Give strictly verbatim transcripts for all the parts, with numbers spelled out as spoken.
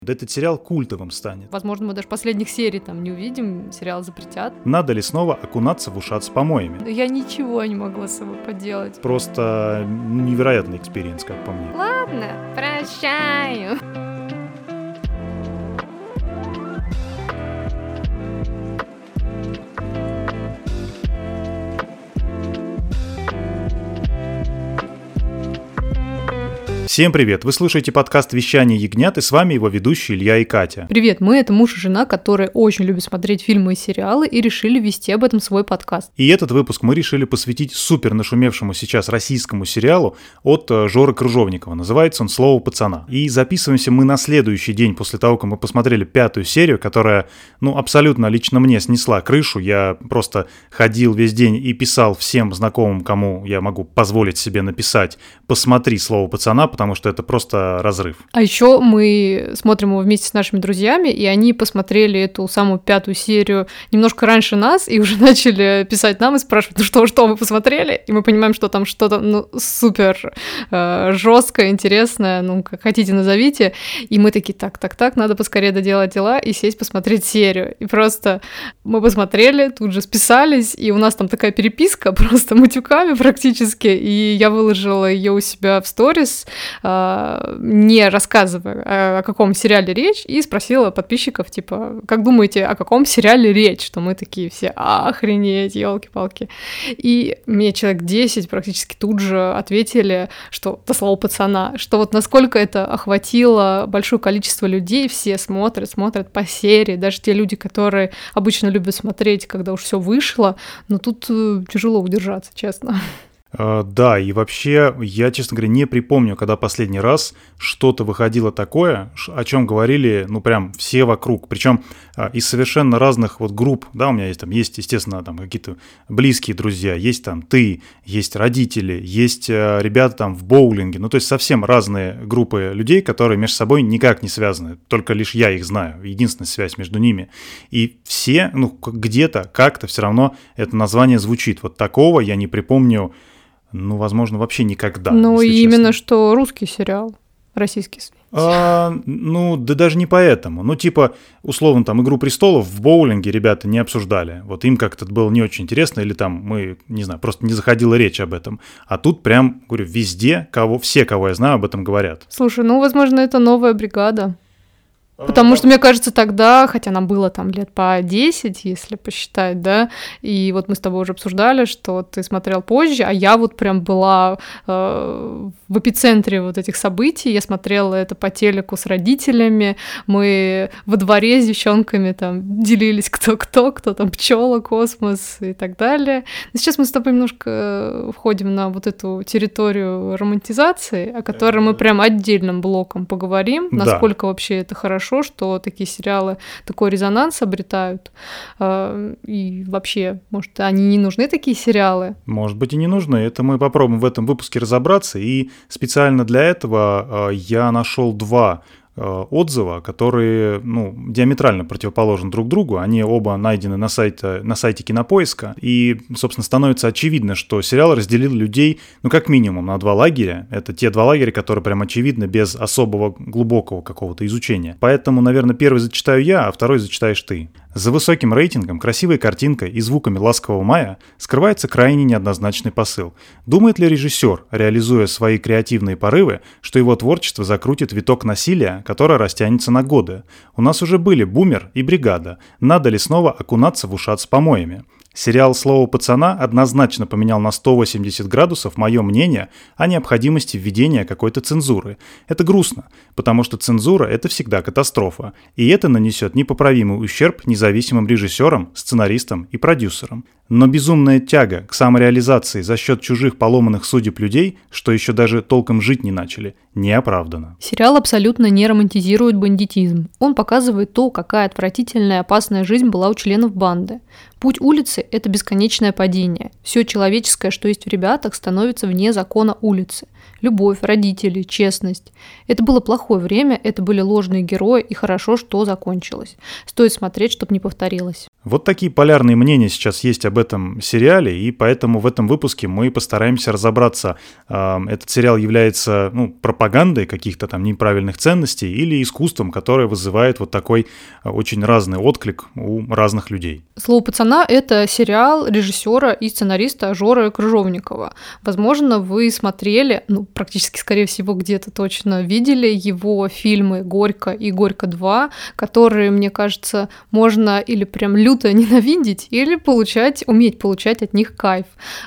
Да этот сериал культовым станет. Возможно, мы даже последних серий там не увидим, сериал запретят. Надо ли снова окунаться в ушат с помоями? Я ничего не могла с собой поделать. Просто невероятный экспириенс, как по мне. Ладно, прощаю. Всем привет! Вы слушаете подкаст «Вещание ягнят», и с вами его ведущие Илья и Катя. Привет, мы — это муж и жена, которые очень любят смотреть фильмы и сериалы и решили вести об этом свой подкаст. И этот выпуск мы решили посвятить супер нашумевшему сейчас российскому сериалу от Жоры Крыжовникова. Называется он «Слово пацана». И записываемся мы на следующий день после того, как мы посмотрели пятую серию, которая, ну, абсолютно лично мне снесла крышу. Я просто ходил весь день и писал всем знакомым, кому я могу позволить себе написать: «Посмотри «Слово пацана», потому что это просто разрыв. А еще мы смотрим его вместе с нашими друзьями, и они посмотрели эту самую пятую серию немножко раньше нас и уже начали писать нам и спрашивать: ну что, что вы посмотрели? И мы понимаем, что там что-то ну, супер э, жесткое, интересное, ну как хотите назовите. И мы такие: так, так, так, надо поскорее доделать дела и сесть посмотреть серию. И просто мы посмотрели, тут же списались, и у нас там такая переписка просто матюками практически, и я выложила ее у себя в сторис, не рассказывая, о каком сериале речь, и спросила подписчиков, типа, как думаете, о каком сериале речь? Что мы такие все: охренеть, елки-палки. И мне человек десять практически тут же ответили, что это «Слово пацана», что вот насколько это охватило большое количество людей, все смотрят, смотрят по серии, даже те люди, которые обычно любят смотреть, когда уж все вышло, но тут тяжело удержаться, честно. Uh, да, и вообще, я, честно говоря, не припомню, когда последний раз что-то выходило такое, о чем говорили, ну, прям все вокруг. Причем uh, из совершенно разных вот групп, да, у меня есть там, есть, естественно, там какие-то близкие друзья, есть там ты, есть родители, есть uh, ребята там в боулинге, ну, то есть совсем разные группы людей, которые между собой никак не связаны, только лишь я их знаю, единственная связь между ними. И все, ну, где-то, как-то все равно это название звучит. Вот такого я не припомню. Ну, возможно, вообще никогда. Ну, и именно что русский сериал, российский. А, ну, да даже не поэтому. Ну, типа, условно, там, «Игру престолов» в боулинге ребята не обсуждали. Вот им как-то было не очень интересно, или там мы, не знаю, просто не заходила речь об этом. А тут прям, говорю, везде, кого, все, кого я знаю, об этом говорят. Слушай, ну, возможно, это «Новая бригада». Потому что, мне кажется, тогда, хотя нам было там лет по десять, если посчитать, да, и вот мы с тобой уже обсуждали, что ты смотрел позже, а я вот прям была э, в эпицентре вот этих событий, я смотрела это по телеку с родителями, мы во дворе с девчонками там делились кто-кто, кто там пчела, космос и так далее. Но сейчас мы с тобой немножко входим на вот эту территорию романтизации, о которой мы прям отдельным блоком поговорим, да. Насколько вообще это хорошо, что такие сериалы такой резонанс обретают. И вообще, может, они не нужны, такие сериалы? Может быть, и не нужны. Это мы попробуем в этом выпуске разобраться. И специально для этого я нашел два отзыва, которые, ну, диаметрально противоположны друг другу. Они оба найдены на сайте, на сайте Кинопоиска. И, собственно, становится очевидно, что сериал разделил людей, ну, как минимум, на два лагеря. Это те два лагеря, которые прям очевидны, без особого глубокого какого-то изучения. Поэтому, наверное, первый зачитаю я, а второй зачитаешь ты. За высоким рейтингом, красивой картинкой и звуками «Ласкового мая» скрывается крайне неоднозначный посыл. Думает ли режиссер, реализуя свои креативные порывы, что его творчество закрутит виток насилия, который растянется на годы? У нас уже были «Бумер» и «Бригада». Надо ли снова окунаться в ушат с помоями? Сериал «Слово пацана» однозначно поменял на сто восемьдесят градусов мое мнение о необходимости введения какой-то цензуры. Это грустно, потому что цензура – это всегда катастрофа, и это нанесет непоправимый ущерб независимым режиссерам, сценаристам и продюсерам. Но безумная тяга к самореализации за счет чужих поломанных судеб людей, что еще даже толком жить не начали, не оправдано. Сериал абсолютно не романтизирует бандитизм. Он показывает то, какая отвратительная и опасная жизнь была у членов банды. Путь улицы – это бесконечное падение. Все человеческое, что есть в ребятах, становится вне закона улицы. Любовь, родители, честность. Это было плохое время, это были ложные герои, и хорошо, что закончилось. Стоит смотреть, чтобы не повторилось. Вот такие полярные мнения сейчас есть об этом сериале, и поэтому в этом выпуске мы постараемся разобраться, э, этот сериал является ну, пропагандой каких-то там неправильных ценностей или искусством, которое вызывает вот такой очень разный отклик у разных людей. «Слово пацана» — это сериал режиссера и сценариста Жоры Крыжовникова. Возможно, вы смотрели, ну, практически, скорее всего, где-то точно видели его фильмы «Горько» и «Горько два», которые, мне кажется, можно или прям люто ненавидеть, или получать, уметь получать от них кайф.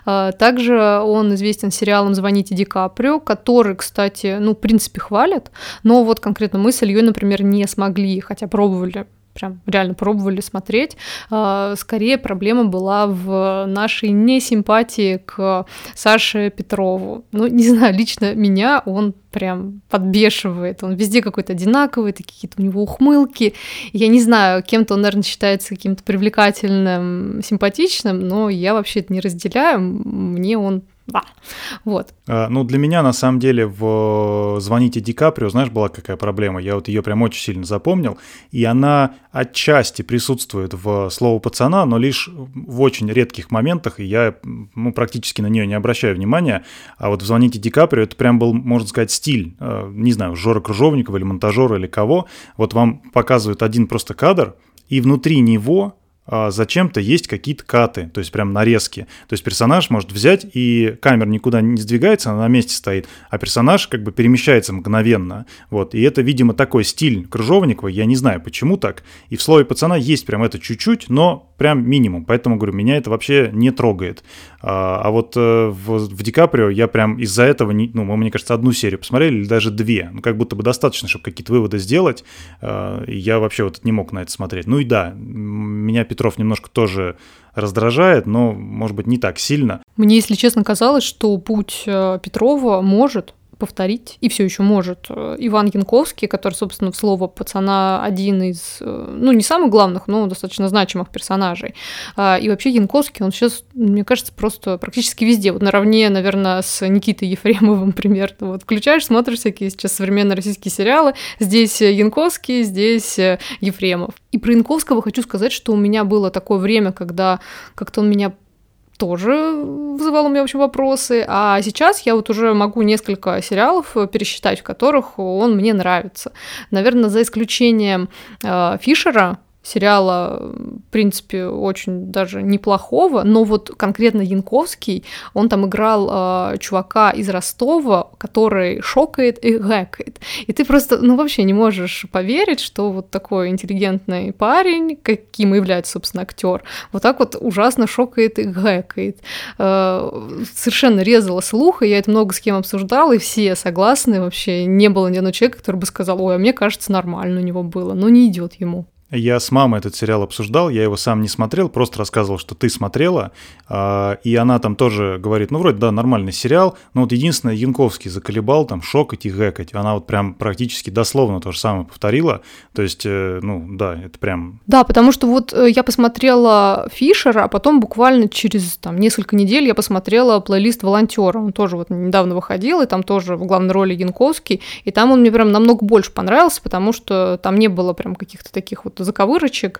Также он известен сериалом «Звоните Ди Каприо», который, кстати, ну, в принципе, хвалят, но вот конкретно мы с Ильей, например, не смогли, хотя пробовали, прям реально пробовали смотреть. Скорее проблема была в нашей несимпатии к Саше Петрову. Ну, не знаю, лично меня он прям подбешивает. Он везде какой-то одинаковый, такие какие-то у него ухмылки. Я не знаю, кем-то он, наверное, считается каким-то привлекательным, симпатичным, но я вообще это не разделяю. Мне он Да. Вот. А, ну, для меня, на самом деле, в «Звоните Ди Каприо», знаешь, была какая проблема? Я вот ее прям очень сильно запомнил, и она отчасти присутствует в «Слово пацана», но лишь в очень редких моментах, и я ну, практически на нее не обращаю внимания. А вот в «Звоните Ди Каприо» это прям был, можно сказать, стиль, не знаю, Жора Крыжовникова или монтажера или кого. Вот вам показывают один просто кадр, и внутри него зачем-то есть какие-то каты, то есть прям нарезки. То есть персонаж может взять, и камера никуда не сдвигается, она на месте стоит, а персонаж как бы перемещается мгновенно. Вот. И это, видимо, такой стиль Крыжовникова, я не знаю, почему так. И в «Слове пацана» есть прям это чуть-чуть, но прям минимум. Поэтому, говорю, меня это вообще не трогает. А, а вот в, в «Ди Каприо» я прям из-за этого, не, ну, мы, мне кажется, одну серию посмотрели, или даже две. Ну, как будто бы достаточно, чтобы какие-то выводы сделать. А, я вообще вот не мог на это смотреть. Ну и да, меня Петров немножко тоже раздражает, но, может быть, не так сильно. Мне, если честно, казалось, что путь Петрова может повторить, и все еще может, Иван Янковский, который, собственно, в «Слово пацана» один из, ну, не самых главных, но достаточно значимых персонажей. И вообще Янковский, он сейчас, мне кажется, просто практически везде, вот наравне, наверное, с Никитой Ефремовым примерно. Вот включаешь, смотришь всякие сейчас современные российские сериалы, здесь Янковский, здесь Ефремов. И про Янковского хочу сказать, что у меня было такое время, когда как-то он меня тоже вызывал у меня, в общем, вопросы. А сейчас я вот уже могу несколько сериалов пересчитать, в которых он мне нравится. Наверное, за исключением э, Фишера, сериала, в принципе, очень даже неплохого, но вот конкретно Янковский, он там играл э, чувака из Ростова, который шокает и гэкает. И ты просто, ну, вообще не можешь поверить, что вот такой интеллигентный парень, каким является, собственно, актер, вот так вот ужасно шокает и гэкает. Э, совершенно резало слух, и я это много с кем обсуждала, и все согласны вообще. Не было ни одного человека, который бы сказал: ой, а мне кажется, нормально у него было, но не идет ему. Я с мамой этот сериал обсуждал, я его сам не смотрел, просто рассказывал, что ты смотрела, и она там тоже говорит, ну, вроде, да, нормальный сериал, но вот единственное, Янковский заколебал там шокать и гэкать, она вот прям практически дословно то же самое повторила, то есть, ну, да, это прям... Да, потому что вот я посмотрела Фишера, а потом буквально через там несколько недель я посмотрела плейлист «Волонтера», он тоже вот недавно выходил, и там тоже в главной роли Янковский, и там он мне прям намного больше понравился, потому что там не было прям каких-то таких вот заковырочек,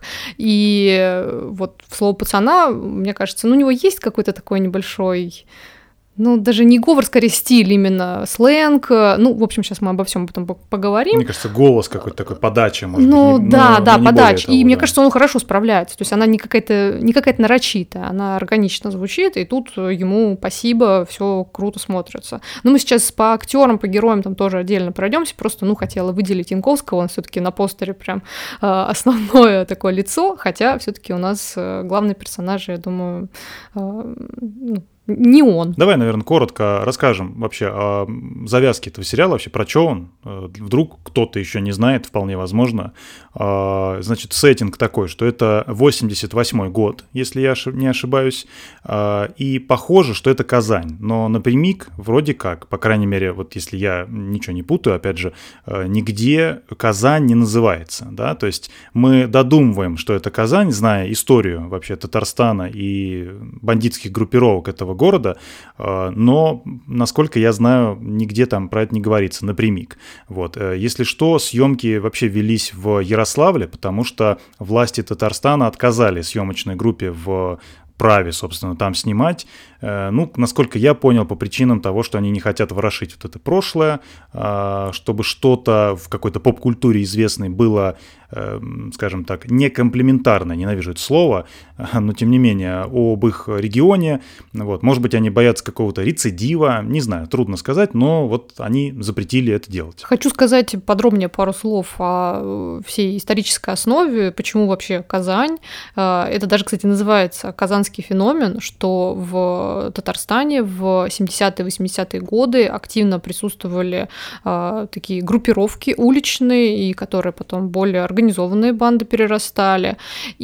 и вот в «Слово пацана», мне кажется, ну, у него есть какой-то такой небольшой, ну, даже не говор, скорее стиль, именно сленг. Ну, в общем, сейчас мы обо всем потом поговорим. Мне кажется, голос какой-то такой, подача, может ну, быть. Ну, да, но, да, но подача. Того, и да. мне кажется, он хорошо справляется. То есть она не какая-то, не какая-то нарочитая, она органично звучит, и тут ему спасибо, все круто смотрится. Но мы сейчас по актерам, по героям там тоже отдельно пройдемся. Просто, ну, хотела выделить Янковского, он все-таки на постере прям э, основное такое лицо, хотя все-таки у нас э, главные персонажи, я думаю, э, ну, не он. Давай, наверное, коротко расскажем вообще о завязке этого сериала, вообще про что он. Вдруг кто-то еще не знает, вполне возможно. Значит, сеттинг такой, что это восемьдесят восьмой год, если я не ошибаюсь, и похоже, что это Казань. Но напрямик вроде как, по крайней мере, вот если я ничего не путаю, опять же, нигде Казань не называется, да, то есть мы додумываем, что это Казань, зная историю вообще Татарстана и бандитских группировок этого этого города, но, насколько я знаю, нигде там про это не говорится напрямик. Вот. Если что, съемки вообще велись в Ярославле, потому что власти Татарстана отказали съемочной группе в праве, собственно, там снимать. Ну, насколько я понял, по причинам того, что они не хотят ворошить вот это прошлое, чтобы что-то в какой-то поп-культуре известной было, скажем так, не комплиментарно, ненавижу это слово, но тем не менее об их регионе. Вот. Может быть, они боятся какого-то рецидива, не знаю, трудно сказать, но вот они запретили это делать. Хочу сказать подробнее пару слов о всей исторической основе, почему вообще Казань. Это даже, кстати, называется казанский феномен, что в Татарстане в семидесятые, восьмидесятые годы активно присутствовали э, такие группировки уличные, и которые потом более организованные банды перерастали.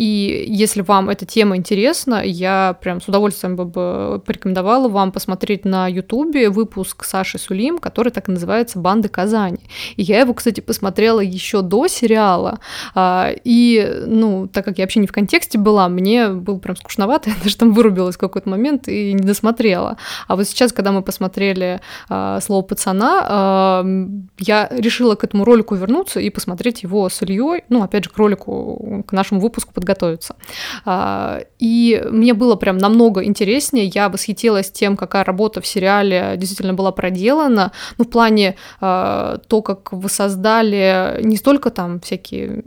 И если вам эта тема интересна, я прям с удовольствием бы, бы порекомендовала вам посмотреть на Ютубе выпуск Саши Сулим, который так и называется «Банды Казани». И я его, кстати, посмотрела еще до сериала, э, и, ну, так как я вообще не в контексте была, мне было прям скучновато, я даже там вырубилась в какой-то момент и не досмотрела. А вот сейчас, когда мы посмотрели э, «Слово пацана», э, я решила к этому ролику вернуться и посмотреть его с Ильей, ну, опять же, к ролику, к нашему выпуску подготовиться. Э, и мне было прям намного интереснее, я восхитилась тем, какая работа в сериале действительно была проделана, ну, в плане э, то, как вы создали не столько там всякие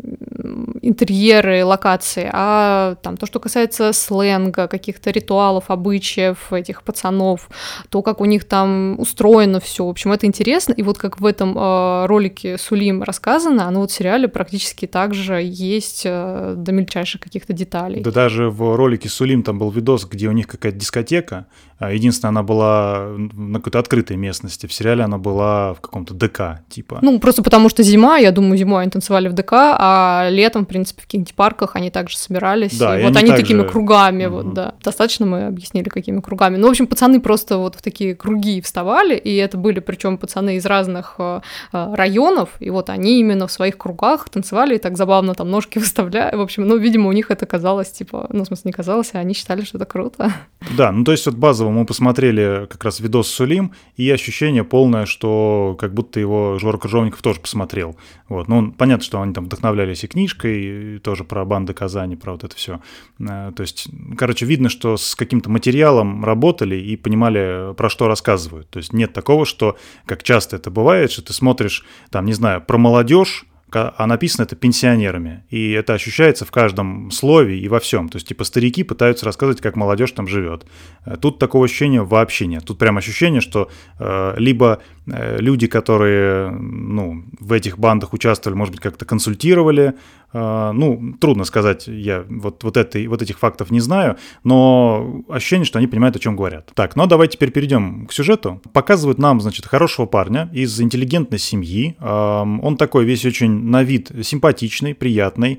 интерьеры, локации, а там то, что касается сленга, каких-то ритуалов, обычаев этих пацанов, то, как у них там устроено все. В общем, это интересно. И вот как в этом э, ролике Сулим рассказано, оно вот в сериале практически так же есть э, до мельчайших каких-то деталей. Да даже в ролике Сулим там был видос, где у них какая-то дискотека. Единственное, она была на какой-то открытой местности. В сериале она была в каком-то ДК, типа. Ну, просто потому что зима, я думаю, зимой они танцевали в ДК, а летом, в принципе, в каких-нибудь парках они также собирались. Да, и, и вот они они такими же... кругами, угу. вот, да. Достаточно мы объяснили, какими кругами. Ну, в общем, пацаны просто вот в такие круги вставали, и это были причем пацаны из разных э, районов, и вот они именно в своих кругах танцевали и так забавно там ножки выставляли. В общем, ну, видимо, у них это казалось, типа, ну, в смысле, не казалось, а они считали, что это круто. Да, ну, то есть вот базово мы посмотрели как раз видос Сулим, и ощущение полное, что как будто его Жора Крыжовников тоже посмотрел. Вот. Ну, понятно, что они там вдохновлялись и книжкой, и тоже про банды Казани, про вот это все. То есть, короче, видно, что с каким-то материалом работали и понимали, про что рассказывают. То есть нет такого, что, как часто это бывает, что ты смотришь, там, не знаю, про молодежь, а написано это пенсионерами, и это ощущается в каждом слове и во всем. То есть, типа, старики пытаются рассказывать, как молодежь там живет. Тут такого ощущения вообще нет. Тут прям ощущение, что э, либо э, люди, которые, ну, в этих бандах участвовали, может быть, как-то консультировали. Э, ну, трудно сказать, я вот, вот, это, вот этих фактов не знаю, но ощущение, что они понимают, о чем говорят. Так, ну, давай теперь перейдем к сюжету. Показывают нам, значит, хорошего парня из интеллигентной семьи. Э, он такой весь очень на вид симпатичный, приятный.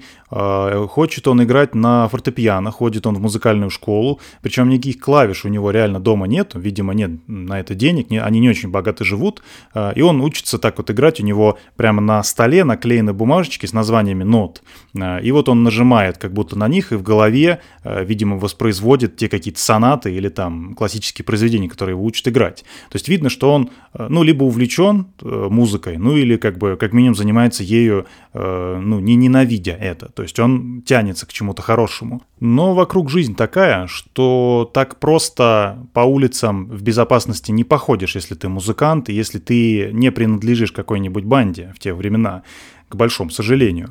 Хочет он играть на фортепиано, ходит он в музыкальную школу, причем никаких клавиш у него реально дома нет, видимо, нет на это денег, они не очень богато живут, и он учится так вот играть, у него прямо на столе наклеены бумажечки с названиями нот, и вот он нажимает как будто на них, и в голове, видимо, воспроизводит те какие-то сонаты или там классические произведения, которые его учат играть. То есть видно, что он, ну, либо увлечен музыкой, ну, или как бы, как минимум занимается ею, ну, не ненавидя это, то есть он тянется к чему-то хорошему. Но вокруг жизнь такая, что так просто по улицам в безопасности не походишь, если ты музыкант, и если ты не принадлежишь какой-нибудь банде в те времена, к большому сожалению.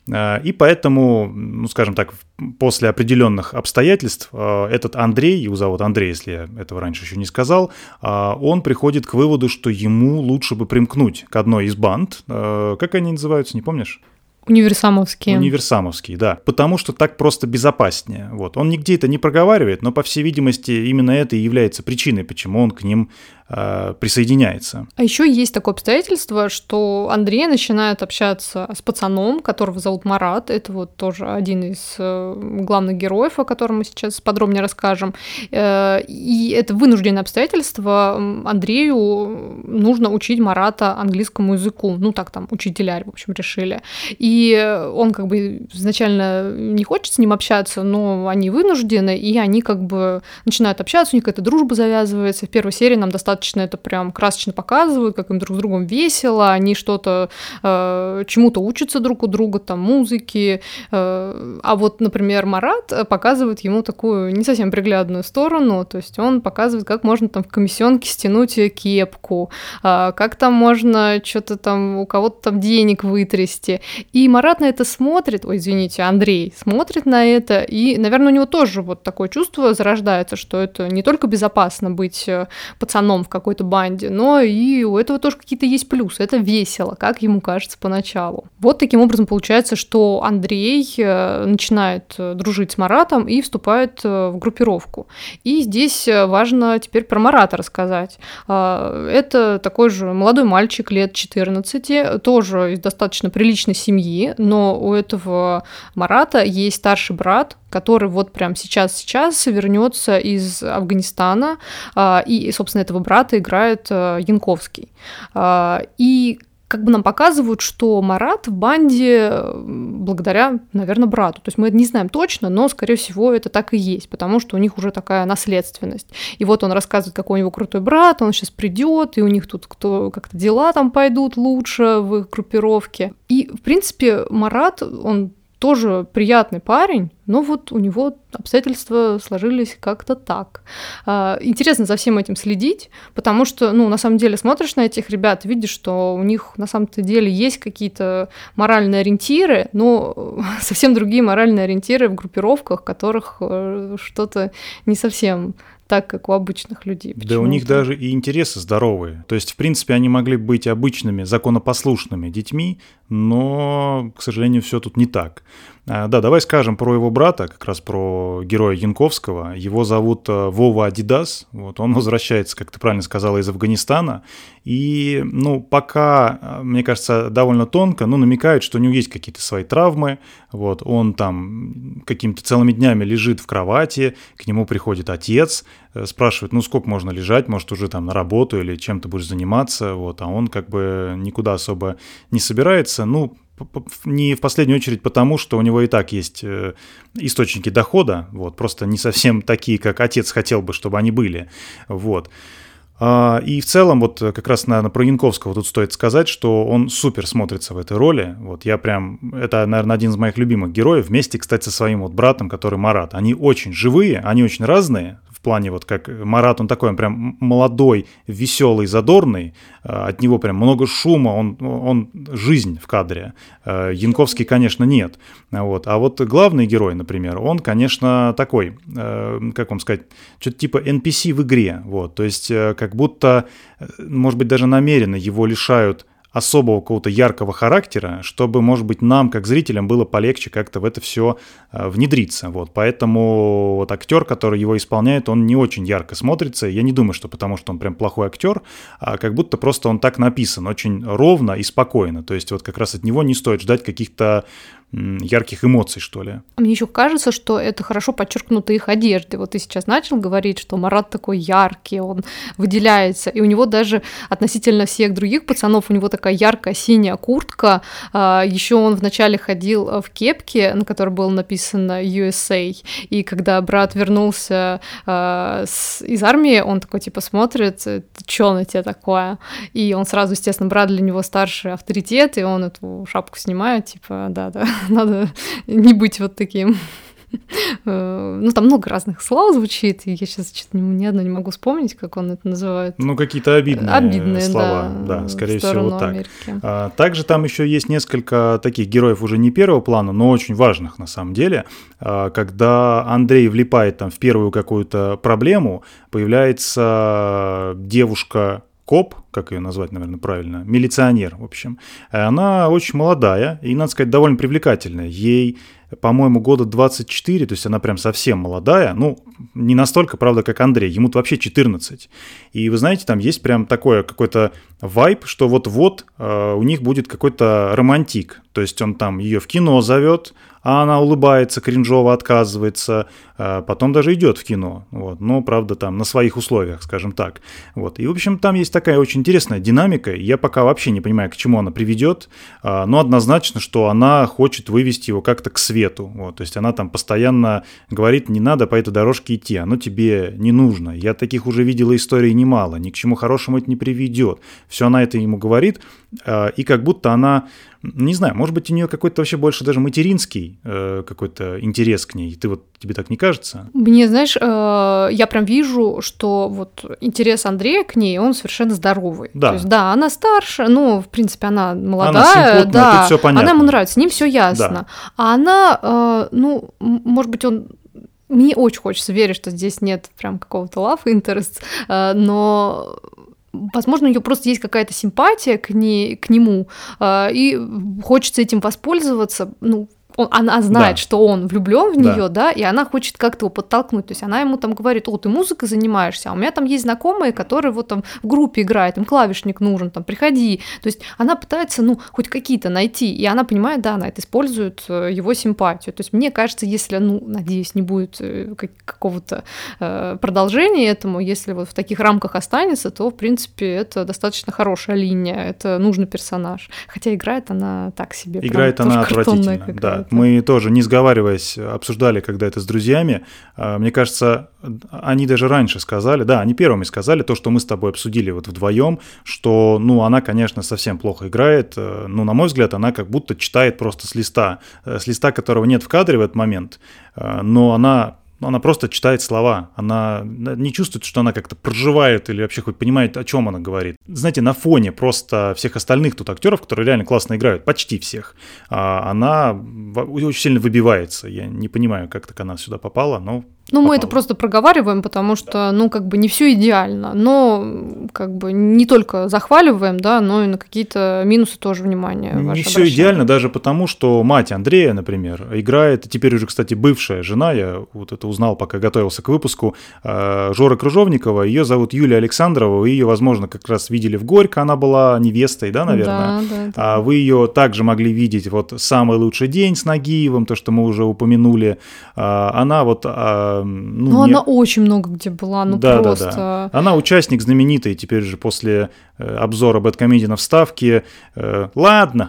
И поэтому, ну, скажем так, после определенных обстоятельств этот Андрей, его зовут Андрей, если я этого раньше еще не сказал, он приходит к выводу, что ему лучше бы примкнуть к одной из банд. Как они называются, не помнишь? Универсамовские. Универсамовские, да. Потому что так просто безопаснее. Вот. Он нигде это не проговаривает, но, по всей видимости, именно это и является причиной, почему он к ним э, присоединяется. А еще есть такое обстоятельство, что Андрей начинает общаться с пацаном, которого зовут Марат. Это вот тоже один из главных героев, о котором мы сейчас подробнее расскажем. И это вынужденное обстоятельство. Андрею нужно учить Марата английскому языку. Ну, так там учителя, в общем, решили. И он как бы изначально не хочет с ним общаться, но они вынуждены, и они как бы начинают общаться, у них какая-то дружба завязывается. В первой серии нам достаточно это прям красочно показывают, как им друг с другом весело, они что-то, э, чему-то учатся друг у друга, там, музыки. Э, а вот, например, Марат показывает ему такую не совсем приглядную сторону, то есть он показывает, как можно там в комиссионке стянуть кепку, э, как там можно что-то там, у кого-то там денег вытрясти. И Марат на это смотрит, ой, извините, Андрей смотрит на это, и, наверное, у него тоже вот такое чувство зарождается, что это не только безопасно быть пацаном в какой-то банде, но и у этого тоже какие-то есть плюсы. Это весело, как ему кажется поначалу. Вот таким образом получается, что Андрей начинает дружить с Маратом и вступает в группировку. И здесь важно теперь про Марата рассказать. Это такой же молодой мальчик лет четырнадцати, тоже из достаточно приличной семьи, но у этого Марата есть старший брат, который вот прямо сейчас-сейчас вернется из Афганистана, и, собственно, этого брата играет Янковский. И как бы нам показывают, что Марат в банде благодаря, наверное, брату. То есть мы не знаем точно, но, скорее всего, это так и есть, потому что у них уже такая наследственность. И вот он рассказывает, какой у него крутой брат, он сейчас придет, и у них тут кто, как-то дела там пойдут лучше в их группировке. И, в принципе, Марат, он тоже приятный парень, но вот у него обстоятельства сложились как-то так. Интересно за всем этим следить, потому что, ну, на самом деле смотришь на этих ребят, видишь, что у них на самом-то деле есть какие-то моральные ориентиры, но совсем другие моральные ориентиры в группировках, в которых что-то не совсем так, как у обычных людей. Почему-то. Да у них даже и интересы здоровые. То есть, в принципе, они могли быть обычными, законопослушными детьми, но, к сожалению, все тут не так. Да, давай скажем про его брата, как раз про героя Янковского. Его зовут Вова Адидас. Вот, он возвращается, как ты правильно сказала, из Афганистана. И, ну, пока, мне кажется, довольно тонко, ну, намекает, что у него есть какие-то свои травмы. Вот, он там какими-то целыми днями лежит в кровати, к нему приходит отец, спрашивает, ну, сколько можно лежать, может, уже там на работу или чем ты будешь заниматься. Вот, а он как бы никуда особо не собирается. Ну, не в последнюю очередь потому, что у него и так есть источники дохода, вот, просто не совсем такие, как отец хотел бы, чтобы они были. Вот. И в целом, вот как раз, наверное, про Янковского тут стоит сказать, что он супер смотрится в этой роли. Вот я прям, это, наверное, один из моих любимых героев, вместе, кстати, со своим вот братом, который Марат. Они очень живые, они очень разные. В плане вот как Марат, он такой, он прям молодой, веселый, задорный, от него прям много шума, он, он жизнь в кадре. Янковский, конечно, нет. Вот. А вот главный герой, например, он, конечно, такой, как вам сказать, что-то типа эн пи си в игре. Вот. То есть как будто, может быть, даже намеренно его лишают особого какого-то яркого характера, чтобы, может быть, нам, как зрителям, было полегче как-то в это все внедриться. Вот. Поэтому вот актер, который его исполняет, он не очень ярко смотрится. Я не думаю, что потому что он прям плохой актер, а как будто просто он так написан, очень ровно и спокойно. То есть вот как раз от него не стоит ждать каких-то ярких эмоций, что ли. Мне еще кажется, что это хорошо подчеркнуто их одеждой. Вот ты сейчас начал говорить, что Марат такой яркий, он выделяется, и у него даже относительно всех других пацанов у него такая яркая синяя куртка. Еще он вначале ходил в кепке, на которой было написано ю эс эй, и когда брат вернулся из армии, он такой типа смотрит, что на тебе такое? И он сразу, естественно, брат для него старший авторитет, и он эту шапку снимает, типа, да-да, надо не быть вот таким. Ну, там много разных слов звучит, и я сейчас что-то ни одно не могу вспомнить, как он это называет. Ну, какие-то обидные, обидные слова, да, да, скорее всего так. А, также там еще есть несколько таких героев уже не первого плана, но очень важных на самом деле. А, когда Андрей влипает там в первую какую-то проблему, появляется девушка-коп, как ее назвать, наверное, правильно, милиционер, в общем. Она очень молодая и, надо сказать, довольно привлекательная. Ей, по-моему, года двадцать четыре, то есть она прям совсем молодая, ну, не настолько, правда, как Андрей, ему-то вообще четырнадцать. И вы знаете, там есть прям такой какой-то вайб, что вот-вот э, у них будет какой-то романтик, то есть он там ее в кино зовет, а она улыбается, кринжово отказывается, э, потом даже идет в кино, вот, но, правда, там на своих условиях, скажем так. Вот. И, в общем, там есть такая очень интересная динамика, я пока вообще не понимаю, к чему она приведет, э, но однозначно, что она хочет вывести его как-то к свету, вот, то есть она там постоянно говорит, не надо по этой дорожке идти, оно тебе не нужно, я таких уже видела историй немало, ни к чему хорошему это не приведет. Все она это ему говорит, и как будто она, не знаю, может быть, у нее какой-то вообще больше даже материнский какой-то интерес к ней. Ты вот, тебе так не кажется? Мне, знаешь, я прям вижу, что вот интерес Андрея к ней, он совершенно здоровый. Да. То есть, да, она старше, ну, в принципе, она молодая, она симпотная, да, тут всё понятно. Она ему нравится, с ним все ясно. Да. А она, ну, может быть, он... Мне очень хочется верить, что здесь нет прям какого-то love interest, но... Возможно, у нее просто есть какая-то симпатия к, ней, к нему, и хочется этим воспользоваться, ну, он, она знает, да. что он влюблен в нее, да. да, и она хочет как-то его подтолкнуть. То есть она ему там говорит: о, ты музыкой занимаешься, а у меня там есть знакомые, которые вот там в группе играют, им клавишник нужен, там, приходи. То есть она пытается, ну, хоть какие-то найти, и она понимает, да, она это использует его симпатию. То есть мне кажется, если, ну, надеюсь, не будет какого-то продолжения этому, если вот в таких рамках останется, то, в принципе, это достаточно хорошая линия, это нужный персонаж. Хотя играет она так себе. Играет она отвратительно, да. Мы тоже, не сговариваясь, обсуждали когда это с друзьями. Мне кажется, они даже раньше сказали, да, они первыми сказали то, что мы с тобой обсудили вот вдвоем, что, ну, она, конечно, совсем плохо играет. Ну, на мой взгляд, она как будто читает просто с листа, с листа, которого нет в кадре в этот момент, но она... Она просто читает слова, она не чувствует, что она как-то проживает или вообще хоть понимает, о чем она говорит. Знаете, на фоне просто всех остальных тут актеров, которые реально классно играют, почти всех, она очень сильно выбивается. Я не понимаю, как так она сюда попала, но... Ну, попала. Мы это просто проговариваем, потому что, ну, как бы не все идеально, но как бы не только захваливаем, да, но и на какие-то минусы тоже внимание ваше Не все идеально, даже потому, что мать Андрея, например, играет, теперь уже, кстати, бывшая жена, я вот это узнал, пока готовился к выпуску, Жоры Крыжовникова, ее зовут Юлия Александрова, вы ее, возможно, как раз видели в «Горько», она была невестой, да, наверное? Да, да, да. А вы ее также могли видеть вот «Самый лучший день» с Нагиевым, то, что мы уже упомянули. Она вот... Ну, ну не... она очень много где была, ну да, просто... Да, да. Она участник знаменитой, теперь же после э, обзора Бэдкомедиана вставки. Э, ладно,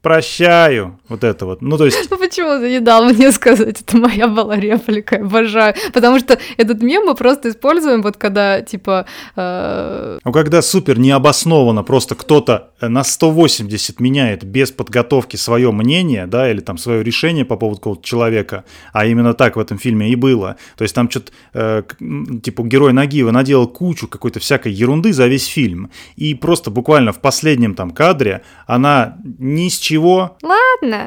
прощаю, вот это вот, ну то есть... Ну почему ты не дал мне сказать, это моя была реплика, обожаю, потому что этот мем мы просто используем, вот когда, типа... Э... Ну когда супер необоснованно просто кто-то на сто восемьдесят меняет без подготовки свое мнение, да, или там свое решение по поводу какого-то человека, а именно так в этом фильме и было, то есть там что-то, э, типа, герой Нагиева наделал кучу какой-то всякой ерунды за весь фильм, и просто буквально в последнем там кадре она ни с чего... Чего? Ладно,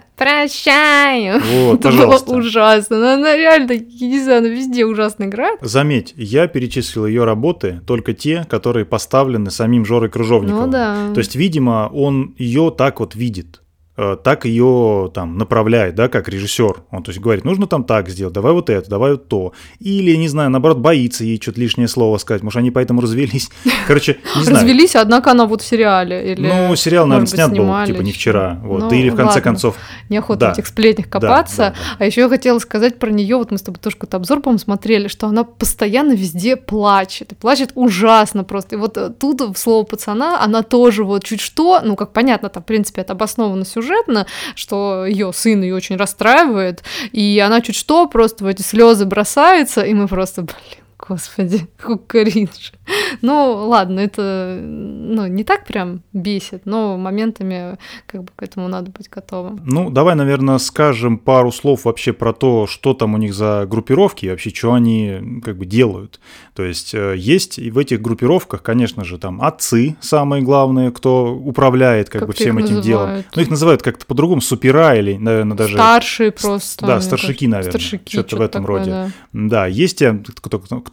прощаю. Вот, это пожалуйста. Было ужасно. Но она реально, я не знаю, она везде ужасно играет. Заметь, я перечислил ее работы только те, которые поставлены самим Жорой Крыжовниковым. Ну да. То есть, видимо, он ее так вот видит. Так ее там направляет, да, как режиссер. Он, то есть, говорит, нужно там так сделать, давай вот это, давай вот то. Или, не знаю, наоборот, боится ей что-то лишнее слово сказать. Может, они поэтому развелись. Короче, не знаю. Развелись, однако она вот в сериале. Или, ну, сериал, наверное, снят был, типа, не еще. вчера. Вот. Ну, Или, в конце ладно. концов... Неохота да. в этих сплетнях копаться. Да, да, да. А еще я хотела сказать про нее, вот мы с тобой тоже какой-то обзор, по-моему, смотрели, что она постоянно везде плачет. И плачет ужасно просто. И вот тут, в слово пацана, она тоже вот чуть что, ну, как понятно, там, в принципе, это обосновано сюжетно, что ее сын ее очень расстраивает, и она чуть что просто в эти слезы бросается, и мы просто, блин, господи, какой кринж. Ну, ладно, это ну, не так прям бесит, но моментами как бы к этому надо быть готовым. Ну, давай, наверное, скажем пару слов вообще про то, что там у них за группировки и вообще, что они как бы делают. То есть есть и в этих группировках, конечно же, там отцы самые главные, кто управляет как, как бы всем этим называют? делом. Ну, их называют как-то по-другому, супера или, наверное, даже... Старшие просто. Да, старшики, наверное, старшики, что-то, что-то в этом такое, роде. Да. да, есть те, кто, кто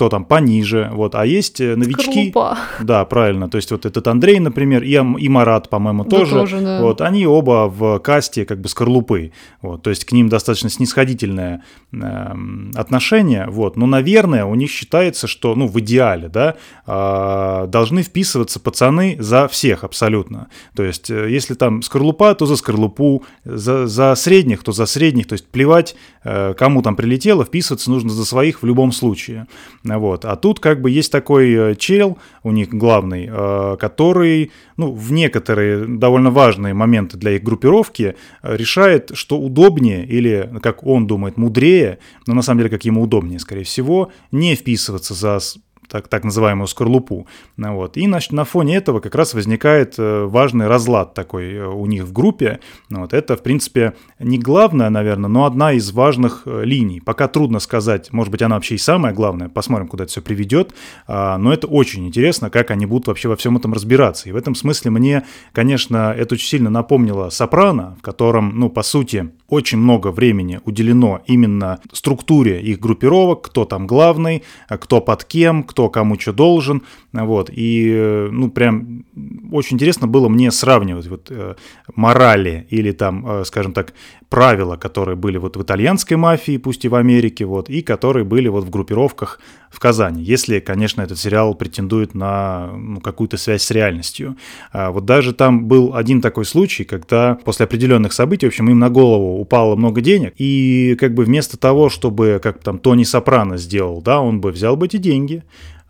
кто там пониже, вот, а есть новички. Скорлупа. Да, правильно, то есть вот этот Андрей, например, и, и Марат, по-моему, Да, тоже, тоже да. вот, они оба в касте как бы скорлупы, вот, то есть к ним достаточно снисходительное э, отношение, вот, но, наверное, у них считается, что, ну, в идеале, да, э, должны вписываться пацаны за всех абсолютно, то есть э, если там скорлупа, то за скорлупу, за, за средних, то за средних, то есть плевать, э, кому там прилетело, вписываться нужно за своих в любом случае, вот, а тут как бы есть такой чел у них главный, э, который, ну, в некоторые довольно важные моменты для их группировки решает, что удобнее или, как он думает, мудрее, но на самом деле, как ему удобнее, скорее всего, не вписываться за так, так называемую скорлупу. Вот. И на, на фоне этого как раз возникает важный разлад такой у них в группе. Вот. Это, в принципе, не главное, наверное, но одна из важных линий. Пока трудно сказать, может быть, она вообще и самая главная, посмотрим, куда это все приведет, но это очень интересно, как они будут вообще во всем этом разбираться. И в этом смысле мне, конечно, это очень сильно напомнило «Сопрано», в котором, ну, по сути, очень много времени уделено именно структуре их группировок, кто там главный, кто под кем, кто кому что должен, вот, и, ну, прям очень интересно было мне сравнивать вот э, морали или там, э, скажем так, правила, которые были вот в итальянской мафии, пусть и в Америке, вот, и которые были вот в группировках в Казани, если, конечно, этот сериал претендует на, ну, какую-то связь с реальностью. А вот даже там был один такой случай, когда после определенных событий, в общем, им на голову упало много денег, и как бы вместо того, чтобы, как там Тони Сопрано сделал, да, он бы взял бы эти деньги,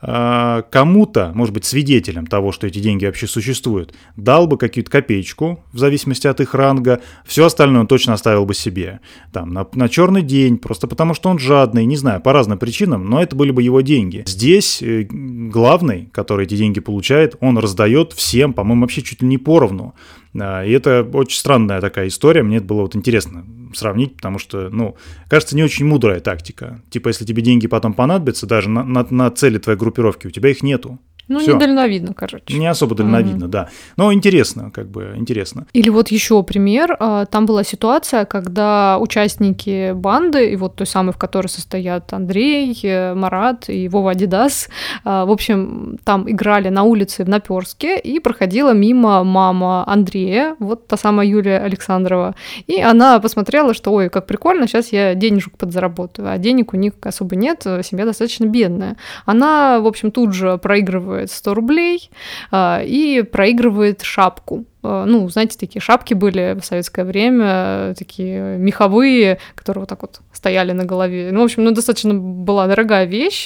кому-то, может быть, свидетелем того, что эти деньги вообще существуют, дал бы какую-то копеечку, в зависимости от их ранга, все остальное он точно оставил бы себе. Там, на, на черный день, просто потому что он жадный, не знаю, по разным причинам, но это были бы его деньги. Здесь главный, который эти деньги получает, он раздает всем, по-моему, вообще чуть ли не поровну. И это очень странная такая история, мне это было вот интересно сравнить, потому что, ну, кажется, не очень мудрая тактика. Типа, если тебе деньги потом понадобятся, даже на, на, на цели твоей группировки, у тебя их нету. Ну, Всё. недальновидно, короче. Не особо дальновидно, mm-hmm. да. Но интересно, как бы, интересно. Или вот еще пример. Там была ситуация, когда участники банды, и вот той самой, в которой состоят Андрей, Марат и Вова Адидас, в общем, там играли на улице в Наперске, и проходила мимо мама Андрея, вот та самая Юлия Александрова, и она посмотрела, что, ой, как прикольно, сейчас я денежку подзаработаю, а денег у них особо нет, семья достаточно бедная. Она, в общем, тут же проигрывает сто рублей а, и проигрывает шапку. А, ну, знаете, такие шапки были в советское время, такие меховые, которые вот так вот стояли на голове. Ну, в общем, ну, достаточно была дорогая вещь,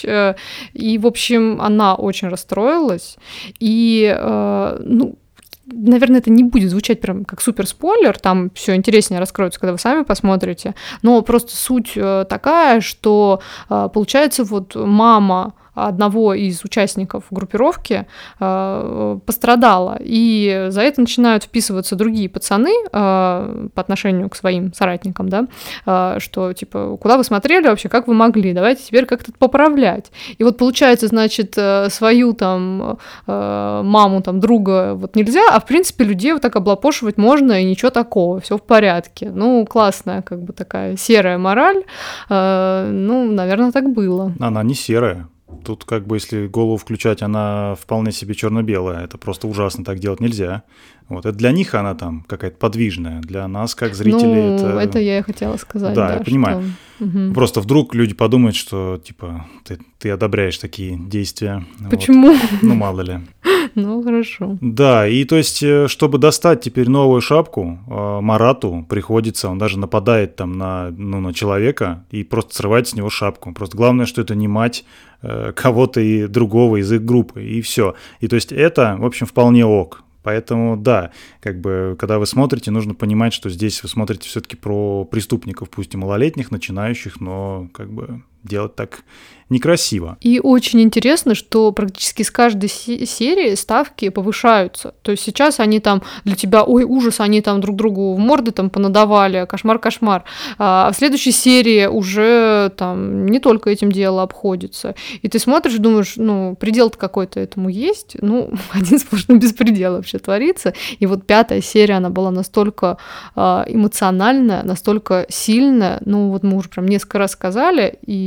и, в общем, она очень расстроилась, и, а, ну, наверное, это не будет звучать прям как супер-спойлер, там все интереснее раскроется, когда вы сами посмотрите, но просто суть такая, что, получается, вот мама одного из участников группировки э, пострадала, и за это начинают вписываться другие пацаны э, по отношению к своим соратникам, да, э, что, типа, куда вы смотрели вообще, как вы могли, давайте теперь как-то поправлять. И вот получается, значит, свою там э, маму, там, друга вот нельзя, а в принципе людей вот так облапошивать можно, и ничего такого, все в порядке. Ну, классная, как бы такая серая мораль, э, ну, наверное, так было. Она не серая. Тут, как бы, если голову включать, она вполне себе черно-белая. Это просто ужасно, так делать нельзя. Вот. Это для них она там какая-то подвижная. Для нас, как зрителей, ну, это... это я и хотела сказать. Да, да, я понимаю. Что... Угу. Просто вдруг люди подумают, что, типа, ты, ты одобряешь такие действия. Почему? Вот. Ну, мало ли. Ну, хорошо. Да, и то есть, чтобы достать теперь новую шапку, Марату приходится, он даже нападает там на, ну, на человека и просто срывает с него шапку. Просто главное, что это не мать кого-то и другого из их группы, и все. И то есть это, в общем, вполне ок. Поэтому, да, как бы, когда вы смотрите, нужно понимать, что здесь вы смотрите все-таки про преступников, пусть и малолетних, начинающих, но как бы делать так некрасиво. И очень интересно, что практически с каждой серии ставки повышаются. То есть сейчас они там для тебя, ой, ужас, они там друг другу в морды там понадавали, кошмар-кошмар. А в следующей серии уже там не только этим дело обходится. И ты смотришь, думаешь, ну, предел-то какой-то этому есть. Ну, один сплошной беспредел вообще творится. И вот пятая серия, она была настолько эмоциональная, настолько сильная. Ну, вот мы уже прям несколько раз сказали, и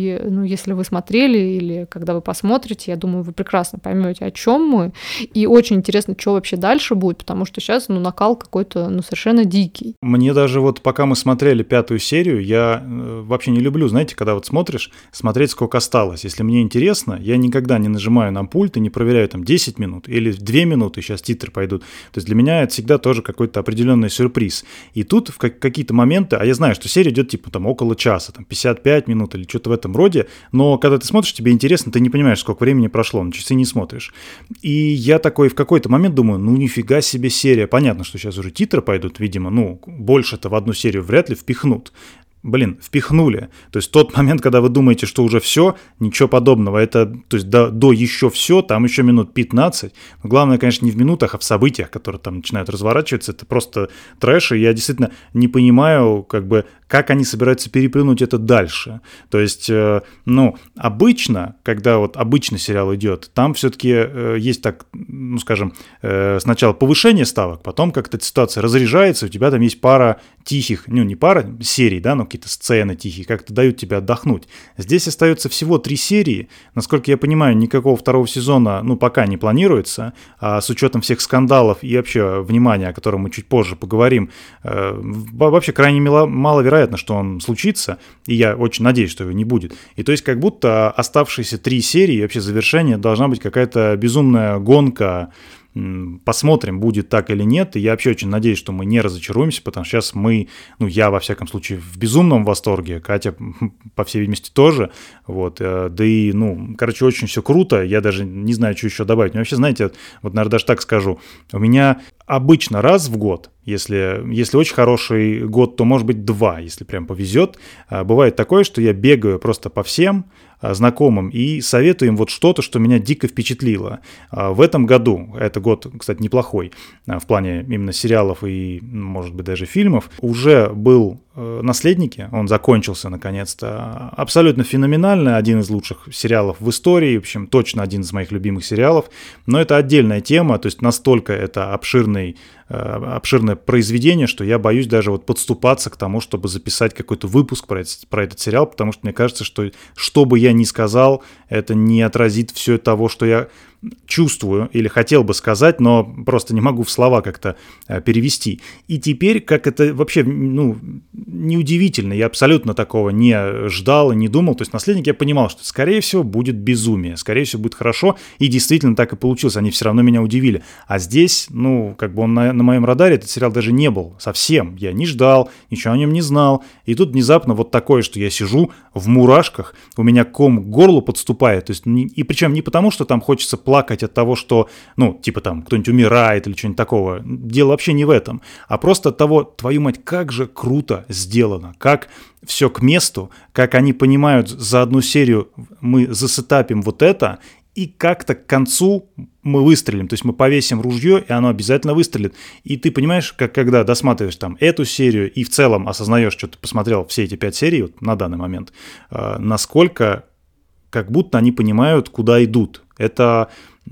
и, ну, если вы смотрели или когда вы посмотрите, я думаю, вы прекрасно поймете, о чем мы. И очень интересно, что вообще дальше будет, потому что сейчас, ну, накал какой-то, ну, совершенно дикий. Мне даже вот пока мы смотрели пятую серию, я вообще не люблю, знаете, когда вот смотришь, смотреть, сколько осталось. Если мне интересно, я никогда не нажимаю на пульт и не проверяю там десять минут или две минуты, сейчас титры пойдут. То есть для меня это всегда тоже какой-то определенный сюрприз. И тут в какие-то моменты, а я знаю, что серия идет типа там около часа, там пятьдесят пять минут или что-то в этом роде, но когда ты смотришь, тебе интересно, ты не понимаешь, сколько времени прошло, на часы не смотришь. И я такой в какой-то момент думаю, ну нифига себе серия. Понятно, что сейчас уже титры пойдут, видимо, ну больше-то в одну серию вряд ли впихнут. Блин, впихнули. То есть тот момент, когда вы думаете, что уже все, ничего подобного. Это, то есть до, до еще все, там еще минут пятнадцать. Но главное, конечно, не в минутах, а в событиях, которые там начинают разворачиваться. Это просто трэш, и я действительно не понимаю, как бы, как они собираются переплюнуть это дальше. То есть, э, ну, обычно, когда вот обычный сериал идет, там все-таки э, есть так, ну, скажем, э, сначала повышение ставок, потом как-то ситуация разряжается, у тебя там есть пара тихих, ну, не пара серий, да, но какие-то сцены тихие, как-то дают тебе отдохнуть. Здесь остается всего три серии. Насколько я понимаю, никакого второго сезона, ну, пока не планируется. А с учетом всех скандалов и вообще внимания, о котором мы чуть позже поговорим, э, вообще крайне мало, маловероятно, что он случится, и я очень надеюсь, что его не будет. И то есть как будто оставшиеся три серии, вообще завершение, должна быть какая-то безумная гонка. Посмотрим, будет так или нет. И я вообще очень надеюсь, что мы не разочаруемся, потому что сейчас мы, ну, я, во всяком случае, в безумном восторге, Катя, по всей видимости, тоже. Вот. Да и, ну, короче, очень все круто. Я даже не знаю, что еще добавить. Но вообще, знаете, вот, наверное, даже так скажу. У меня обычно раз в год, если, если очень хороший год, то, может быть, два, если прям повезет. Бывает такое, что я бегаю просто по всем знакомым и советую им вот что-то, что меня дико впечатлило. В этом году, это год, кстати, неплохой в плане именно сериалов и, может быть, даже фильмов, уже был «Наследники», он закончился наконец-то. Абсолютно феноменально, один из лучших сериалов в истории, в общем, точно один из моих любимых сериалов, но это отдельная тема, то есть настолько это обширный, обширное произведение, что я боюсь даже вот подступаться к тому, чтобы записать какой-то выпуск про этот, про этот сериал, потому что мне кажется, что что бы я ни сказал, это не отразит все того, что я чувствую или хотел бы сказать, но просто не могу в слова как-то перевести. И теперь, как это вообще, ну, неудивительно, я абсолютно такого не ждал и не думал. То есть «Наследники» я понимал, что, скорее всего, будет безумие, скорее всего, будет хорошо, и действительно так и получилось, они все равно меня удивили. А здесь, ну, как бы он на, на моем радаре, этот сериал даже не был совсем. Я не ждал, ничего о нем не знал. И тут внезапно вот такое, что я сижу в мурашках, у меня ком к горлу подступает. То есть, и причем не потому, что там хочется плакать от того, что, ну, типа там кто-нибудь умирает или что-нибудь такого. Дело вообще не в этом. А просто от того, твою мать, как же круто сделано, как все к месту, как они понимают, за одну серию мы засетапим вот это, и как-то к концу мы выстрелим, то есть мы повесим ружье, и оно обязательно выстрелит. И ты понимаешь, как когда досматриваешь там эту серию и в целом осознаешь, что ты посмотрел все эти пять серий вот, на данный момент, э, насколько как будто они понимают, куда идут. Это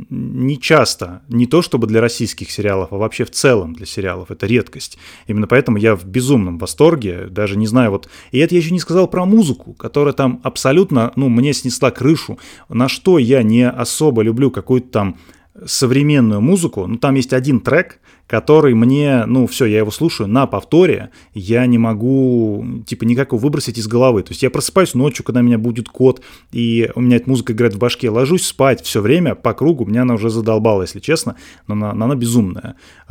не часто, не то чтобы для российских сериалов, а вообще в целом для сериалов, это редкость. Именно поэтому я в безумном восторге, даже не знаю, вот, и это я еще не сказал про музыку, которая там абсолютно, ну, мне снесла крышу, на что я не особо люблю какую-то там современную музыку, ну, там есть один трек, который мне, ну, все, я его слушаю на повторе, я не могу, типа, никак его выбросить из головы. То есть я просыпаюсь ночью, когда у меня будет кот, и у меня эта музыка играет в башке, ложусь спать все время по кругу, меня она уже задолбала, если честно, но она, она безумная.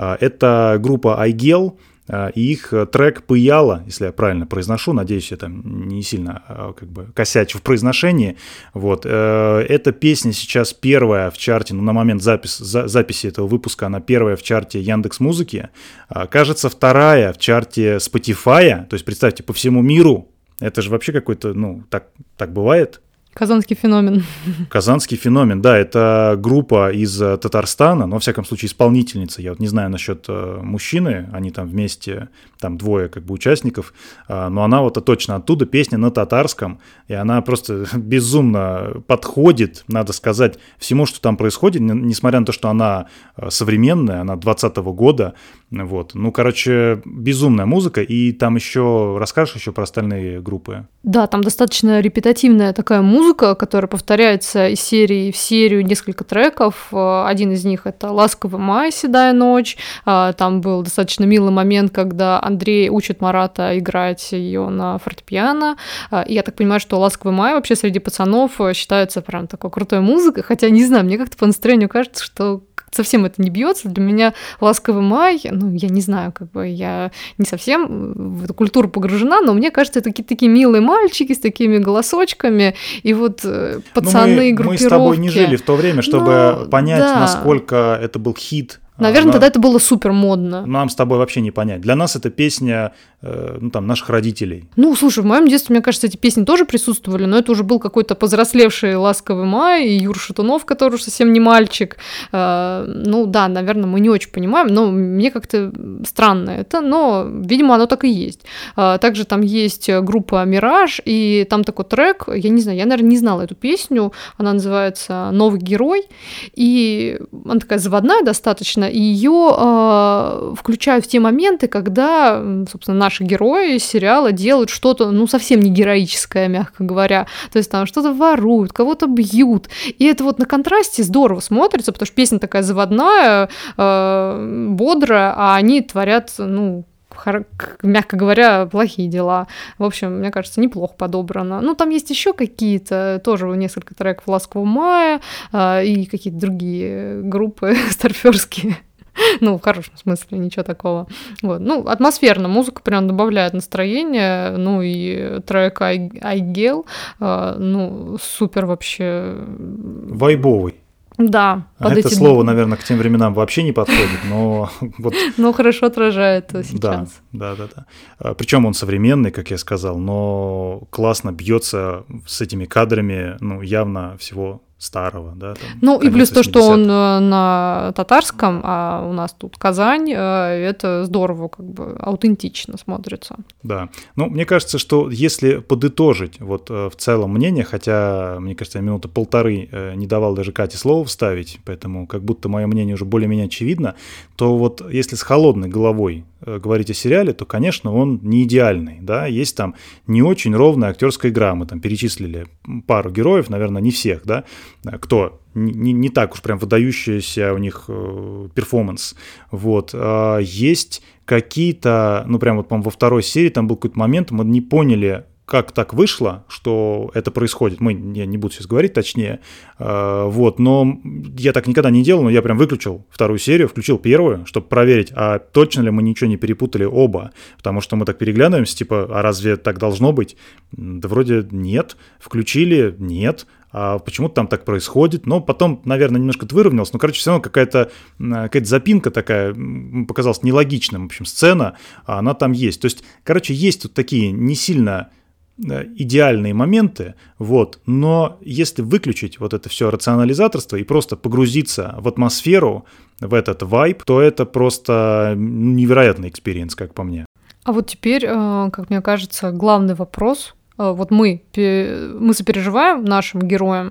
Это группа iGel, и их трек «Пыяла», если я правильно произношу, надеюсь, я там не сильно как бы косячу в произношении, вот, эта песня сейчас первая в чарте, ну, на момент запис, за, записи этого выпуска она первая в чарте Яндекс.Музыки, кажется, вторая в чарте Spotify, то есть, представьте, по всему миру, это же вообще какой-то, ну, так, так бывает. Казанский феномен. Казанский феномен, да, это группа из Татарстана, но, во всяком случае, исполнительница. Я вот не знаю насчет мужчины, они там вместе, там двое как бы участников, но она вот точно оттуда, песня на татарском, и она просто безумно подходит, надо сказать, всему, что там происходит, несмотря на то, что она современная, она двадцатого года, Вот. Ну, короче, безумная музыка, и там еще расскажешь еще про остальные группы? Да, там достаточно репетативная такая музыка, которая повторяется из серии в серию, несколько треков. Один из них — это «Ласковый май, седая ночь». Там был достаточно милый момент, когда Андрей учит Марата играть ее на фортепиано. И я так понимаю, что «Ласковый май» вообще среди пацанов считается прям такой крутой музыкой, хотя, не знаю, мне как-то по настроению кажется, что совсем это не бьется. Для меня «Ласковый май», ну, я не знаю, как бы я не совсем в эту культуру погружена, но мне кажется, это какие-то такие милые мальчики с такими голосочками, и вот пацаны, мы, группировки. Мы с тобой не жили в то время, чтобы ну, понять, да. насколько это был хит. Наверное, Она... тогда это было супер модно. Нам с тобой вообще не понять. Для нас это песня, э, ну, там, наших родителей. Ну, слушай, в моем детстве, мне кажется, эти песни тоже присутствовали, но это уже был какой-то повзрослевший «Ласковый май», и Юра Шатунов, который уже совсем не мальчик. Э, ну, да, наверное, мы не очень понимаем, но мне как-то странно это, но, видимо, оно так и есть. Э, также там есть группа «Мираж», и там такой трек, я не знаю, я, наверное, не знала эту песню, она называется «Новый герой», и она такая заводная достаточно, и ее э, включают в те моменты, когда, собственно, наши герои сериала делают что-то, ну, совсем не героическое, мягко говоря. То есть там что-то воруют, кого-то бьют. И это вот на контрасте здорово смотрится, потому что песня такая заводная, э, бодрая, а они творят, ну, мягко говоря, плохие дела. В общем, мне кажется, неплохо подобрано. Ну, там есть еще какие-то, тоже несколько треков «Ласкового мая» э, и какие-то другие группы старперские. Ну, в хорошем смысле, ничего такого. Вот. Ну, атмосферно, музыка прям добавляет настроение. Ну, и трек «I, I Girl», э, ну, супер вообще. Вайбовый. Да. А это этим... слово, наверное, к тем временам вообще не подходит, но вот. Но хорошо отражает сейчас. Да, да, да, да. Причем он современный, как я сказал, но классно бьется с этими кадрами, ну, явно всего старого, да. Там, ну, и плюс то, что он на татарском, а у нас тут Казань, это здорово, как бы аутентично смотрится. Да. Ну, мне кажется, что если подытожить вот в целом мнение, хотя, мне кажется, я минуты полторы не давал даже Кате слова вставить, поэтому как будто мое мнение уже более-менее очевидно, то вот если с холодной головой говорить о сериале, то, конечно, он не идеальный, да, есть там не очень ровная актерская игра, мы там перечислили пару героев, наверное, не всех, да, кто не, не так уж прям выдающийся у них э, перформанс, вот, а есть какие-то, ну, прям вот, по-моему, во второй серии там был какой-то момент, мы не поняли, как так вышло, что это происходит. Мы, я не буду сейчас говорить точнее, э, вот, но я так никогда не делал, но я прям выключил вторую серию, включил первую, чтобы проверить, а точно ли мы ничего не перепутали оба, потому что мы так переглядываемся, типа, а разве так должно быть? Да вроде нет, включили, нет, а почему-то там так происходит, но потом, наверное, немножко выровнялось, но, короче, все равно какая-то, какая-то запинка такая показалась нелогичным, в общем, сцена, а она там есть. То есть, короче, есть тут такие не сильно идеальные моменты, вот, но если выключить вот это все рационализаторство и просто погрузиться в атмосферу, в этот вайб, то это просто невероятный экспириенс, как по мне. А вот теперь, как мне кажется, главный вопрос. Вот мы, мы сопереживаем нашим героям,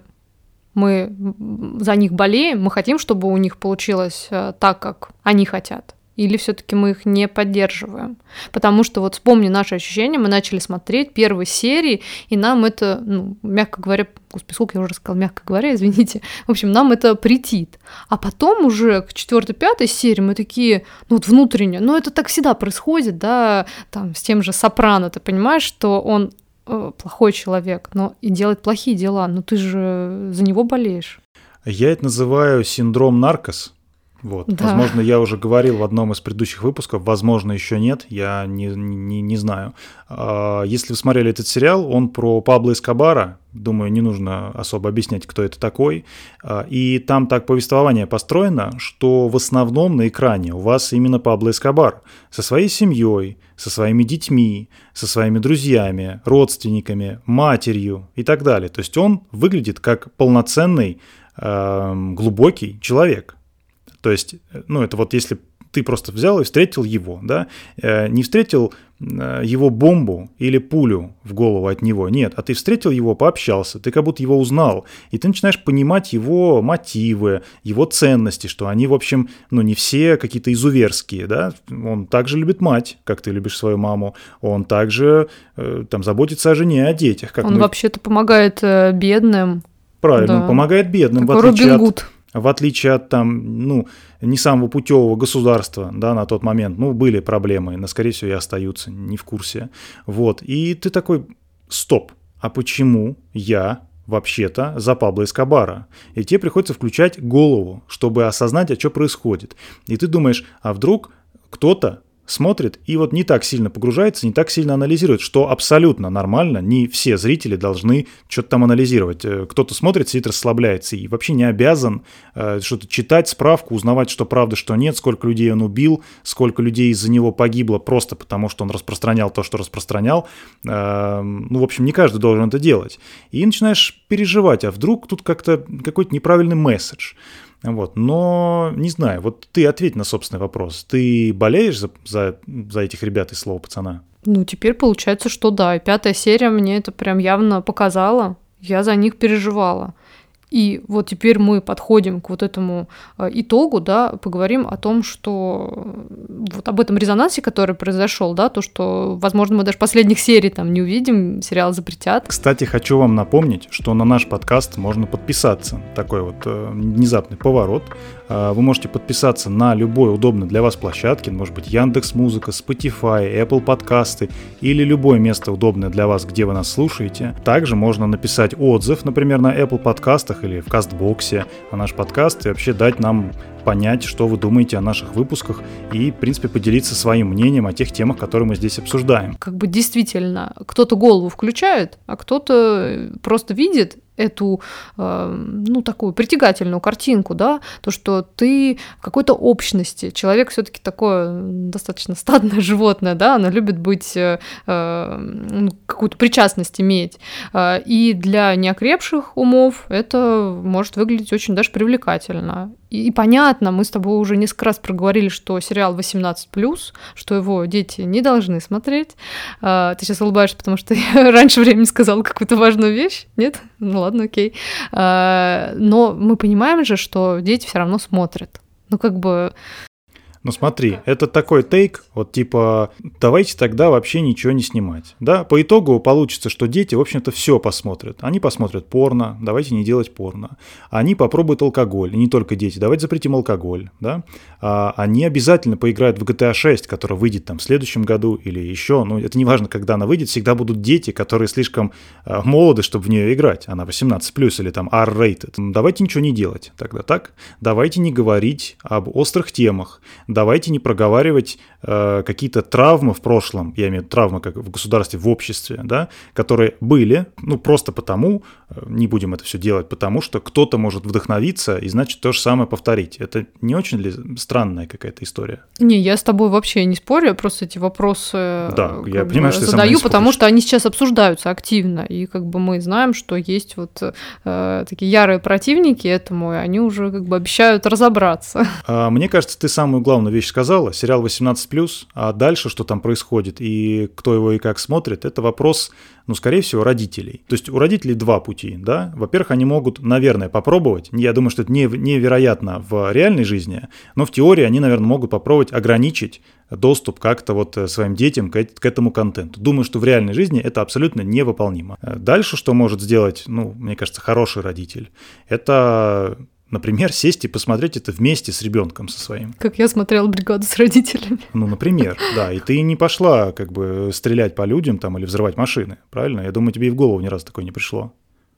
мы за них болеем, мы хотим, чтобы у них получилось так, как они хотят. Или все-таки мы их не поддерживаем? Потому что вот вспомни наши ощущения, мы начали смотреть первые серии, и нам это, ну, мягко говоря, господи, сколько я уже сказала, мягко говоря, извините, в общем, нам это претит. А потом уже к четвёртой-пятой серии мы такие, ну вот внутренне, ну это так всегда происходит, да, там с тем же Сопрано, ты понимаешь, что он э, плохой человек, но и делает плохие дела, но ты же за него болеешь. Я это называю синдром наркос. Вот. Да. Возможно, я уже говорил в одном из предыдущих выпусков, возможно, еще нет, я не, не, не знаю. Если вы смотрели этот сериал, он про Пабло Эскобара, думаю, не нужно особо объяснять, кто это такой. И там так повествование построено, что в основном на экране у вас именно Пабло Эскобар со своей семьей, со своими детьми, со своими друзьями, родственниками, матерью и так далее. То есть он выглядит как полноценный, глубокий человек. То есть, ну, это вот если ты просто взял и встретил его, да, не встретил его бомбу или пулю в голову от него. Нет, а ты встретил его, пообщался, ты как будто его узнал, и ты начинаешь понимать его мотивы, его ценности, что они, в общем, ну, не все какие-то изуверские, да, он также любит мать, как ты любишь свою маму, он также э, там заботится о жене, о детях. Как он мы... вообще-то помогает э, бедным. Правильно, да. Он помогает бедным, Такой в отличие Робин от... Гуд. В отличие от там, ну, не самого путевого государства, да, на тот момент, ну, были проблемы, но, скорее всего, и остаются, не в курсе. Вот, и ты такой, стоп, а почему я вообще-то за Пабло Эскобара? И тебе приходится включать голову, чтобы осознать, а что происходит. И ты думаешь, а вдруг кто-то смотрит и вот не так сильно погружается, не так сильно анализирует, что абсолютно нормально, не все зрители должны что-то там анализировать. Кто-то смотрит, сидит, расслабляется и вообще не обязан э, что-то читать, справку, узнавать, что правда, что нет, сколько людей он убил, сколько людей из-за него погибло просто потому, что он распространял то, что распространял. Э, ну, в общем, не каждый должен это делать. И начинаешь переживать, а вдруг тут как-то какой-то неправильный месседж. Вот. Но не знаю, вот ты ответь на собственный вопрос. Ты болеешь за, за, за этих ребят из «Слова пацана»? Ну, теперь получается, что да. И пятая серия мне это прям явно показала. Я за них переживала. И вот теперь мы подходим к вот этому итогу, да, поговорим о том, что вот об этом резонансе, который произошел, да, то, что, возможно, мы даже последних серий там не увидим, сериал запретят. Кстати, хочу вам напомнить, что на наш подкаст можно подписаться. Такой вот э, внезапный поворот. Э, вы можете подписаться на любой удобной для вас площадке, может быть, Яндекс.Музыка, Spotify, Apple подкасты или любое место удобное для вас, где вы нас слушаете. Также можно написать отзыв, например, на Apple подкастах или в Кастбоксе на наш подкаст и вообще дать нам понять, что вы думаете о наших выпусках и, в принципе, поделиться своим мнением о тех темах, которые мы здесь обсуждаем. Как бы действительно, кто-то голову включает, а кто-то просто видит эту, э, ну, такую притягательную картинку, да, то, что ты в какой-то общности. Человек все-таки такое достаточно стадное животное, да, оно любит быть, э, э, какую-то причастность иметь. Э, и для неокрепших умов это может выглядеть очень даже привлекательно. И, и понятно, мы с тобой уже несколько раз проговорили, что сериал восемнадцать плюс, что его дети не должны смотреть. Э, ты сейчас улыбаешься, потому что я раньше времени сказала какую-то важную вещь, нет? Ну ладно, окей. Но мы понимаем же, что дети все равно смотрят. Ну, как бы... Ну смотри, это такой тейк, вот типа, давайте тогда вообще ничего не снимать. Да, по итогу получится, что дети, в общем-то, все посмотрят. Они посмотрят порно, давайте не делать порно. Они попробуют алкоголь, и не только дети, давайте запретим алкоголь, да. А они обязательно поиграют в джи ти эй шесть, которая выйдет там в следующем году или еще, ну это не важно, когда она выйдет, всегда будут дети, которые слишком а, молоды, чтобы в нее играть. Она восемнадцать плюс или там ар-рейтед. Давайте ничего не делать тогда, так? Давайте не говорить об острых темах. Давайте не проговаривать э, какие-то травмы в прошлом, я имею в виду травмы как в государстве, в обществе, да, которые были, ну просто потому, э, не будем это все делать, потому что кто-то может вдохновиться и, значит, то же самое повторить. Это не очень ли странная какая-то история? Не, я с тобой вообще не спорю, я просто эти вопросы да, я понимаю, что задаю, потому что они сейчас обсуждаются активно, и как бы мы знаем, что есть вот э, такие ярые противники этому, и они уже как бы обещают разобраться. А, мне кажется, ты самую главную вещь сказала, сериал восемнадцать плюс, а дальше что там происходит и кто его и как смотрит, это вопрос, ну, скорее всего, родителей. То есть у родителей два пути, да. Во-первых, они могут, наверное, попробовать, я думаю, что это не, невероятно в реальной жизни, но в теории они, наверное, могут попробовать ограничить доступ как-то вот своим детям к, к этому контенту. Думаю, что в реальной жизни это абсолютно невыполнимо. Дальше, что может сделать, ну, мне кажется, хороший родитель, это... Например, сесть и посмотреть это вместе с ребенком со своим. Как я смотрела «Бригаду» с родителями. Ну, например, да. И ты не пошла как бы стрелять по людям там или взрывать машины, правильно? Я думаю, тебе и в голову ни разу такое не пришло.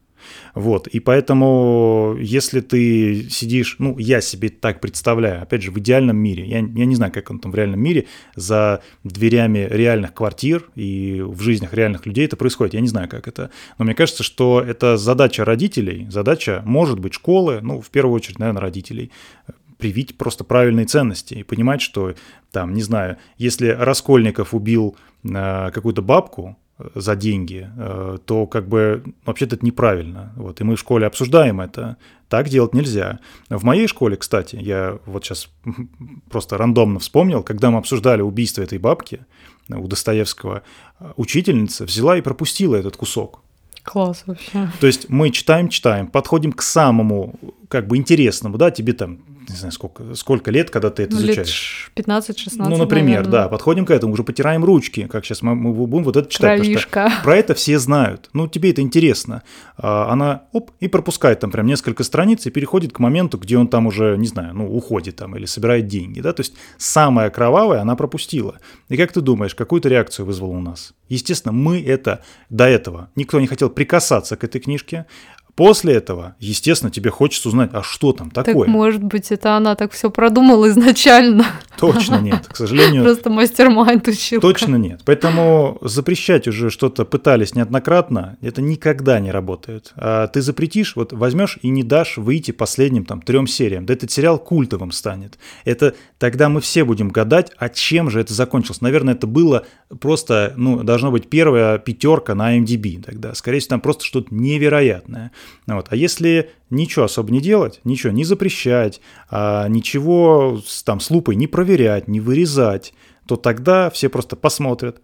Вот, и поэтому, если ты сидишь, ну, я себе так представляю, опять же, в идеальном мире, я, я не знаю, как он там в реальном мире, за дверями реальных квартир и в жизнях реальных людей это происходит, я не знаю, как это, но мне кажется, что это задача родителей, задача, может быть, школы, ну, в первую очередь, наверное, родителей, привить просто правильные ценности и понимать, что, там, не знаю, если Раскольников убил э, какую-то бабку, за деньги, то как бы вообще-то это неправильно. Вот, и мы в школе обсуждаем это. Так делать нельзя. В моей школе, кстати, я вот сейчас просто рандомно вспомнил, когда мы обсуждали убийство этой бабки у Достоевского, учительница взяла и пропустила этот кусок. Класс вообще. То есть мы читаем, читаем, подходим к самому как бы интересному, да, тебе там, не знаю, сколько, сколько лет, когда ты это ну, изучаешь. Лет пятнадцать-шестнадцать, Ну, например, наверное. да, подходим к этому, уже потираем ручки, как сейчас мы, мы будем вот это читать. Кровишка. Про это все знают, ну, тебе это интересно. А она, оп, и пропускает там прям несколько страниц и переходит к моменту, где он там уже, не знаю, ну, уходит там или собирает деньги, да, то есть самое кровавое она пропустила. И как ты думаешь, какую-то реакцию вызвало у нас? Естественно, мы это до этого, никто не хотел прикасаться к этой книжке. После этого, естественно, тебе хочется узнать, а что там такое? Так, может быть, это она так все продумала изначально? Точно нет, к сожалению. Просто мастер-майнд училка. Точно нет. Поэтому запрещать уже что-то пытались неоднократно, это никогда не работает. А ты запретишь, вот возьмешь и не дашь выйти последним там трем сериям, да этот сериал культовым станет. Это тогда мы все будем гадать, а чем же это закончилось. Наверное, это было просто, ну, должно быть первая пятерка на ай эм ди би тогда. Скорее всего, там просто что-то невероятное. Вот. А если ничего особо не делать, ничего не запрещать, а ничего там с лупой не проверять, не вырезать, то тогда все просто посмотрят,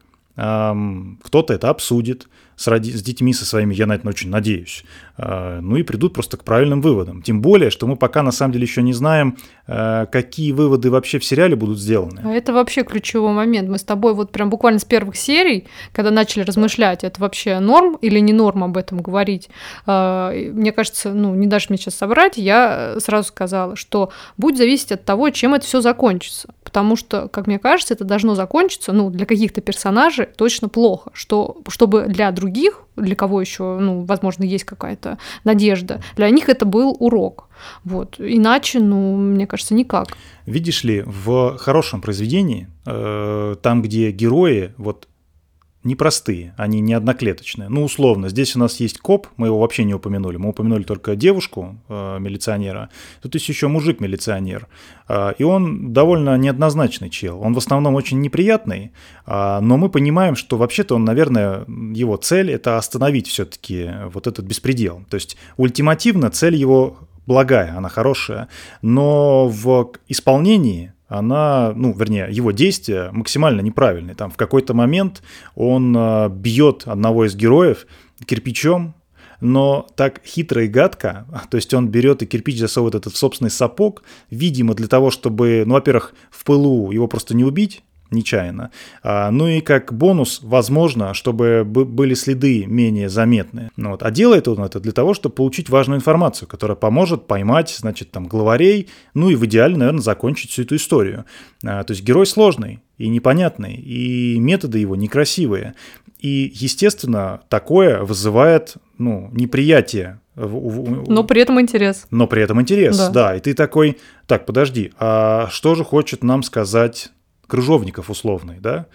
эм, кто-то это обсудит с, роди- с детьми со своими, я на это очень надеюсь, э, ну и придут просто к правильным выводам. Тем более, что мы пока на самом деле еще не знаем, э, какие выводы вообще в сериале будут сделаны. А это вообще ключевой момент. Мы с тобой вот прям буквально с первых серий, когда начали размышлять, это вообще норм или не норм об этом говорить, э, мне кажется, ну, не дашь мне сейчас соврать, я сразу сказала, что будет зависеть от того, чем это все закончится. Потому что, как мне кажется, это должно закончиться, ну, для каких-то персонажей точно плохо, что, чтобы для других, для кого еще, ну, возможно, есть какая-то надежда, для них это был урок. Вот. Иначе, ну, мне кажется, никак. Видишь ли, в хорошем произведении, э, там, где герои, вот, непростые, они не одноклеточные. Ну, условно, здесь у нас есть коп, мы его вообще не упомянули, мы упомянули только девушку, э, милиционера, тут есть еще мужик-милиционер, э, и он довольно неоднозначный чел, он в основном очень неприятный, э, но мы понимаем, что вообще-то он, наверное, его цель – это остановить все-таки вот этот беспредел, то есть ультимативно цель его благая, она хорошая, но в исполнении она, ну, вернее, его действия максимально неправильные. Там в какой-то момент он э, бьет одного из героев кирпичом, но так хитро и гадко, то есть он берет и кирпич засовывает этот в собственный сапог, видимо, для того, чтобы, ну, во-первых, в пылу его просто не убить нечаянно, а, ну и как бонус, возможно, чтобы б- были следы менее заметные. Ну, вот. А делает он это для того, чтобы получить важную информацию, которая поможет поймать, значит, там, главарей, ну и в идеале, наверное, закончить всю эту историю. А, то есть герой сложный и непонятный, и методы его некрасивые. И, естественно, такое вызывает, ну, неприятие. Но при этом интерес. Но при этом интерес, да. Да. да. И ты такой, так, подожди, а что же хочет нам сказать Крыжовников условный, да?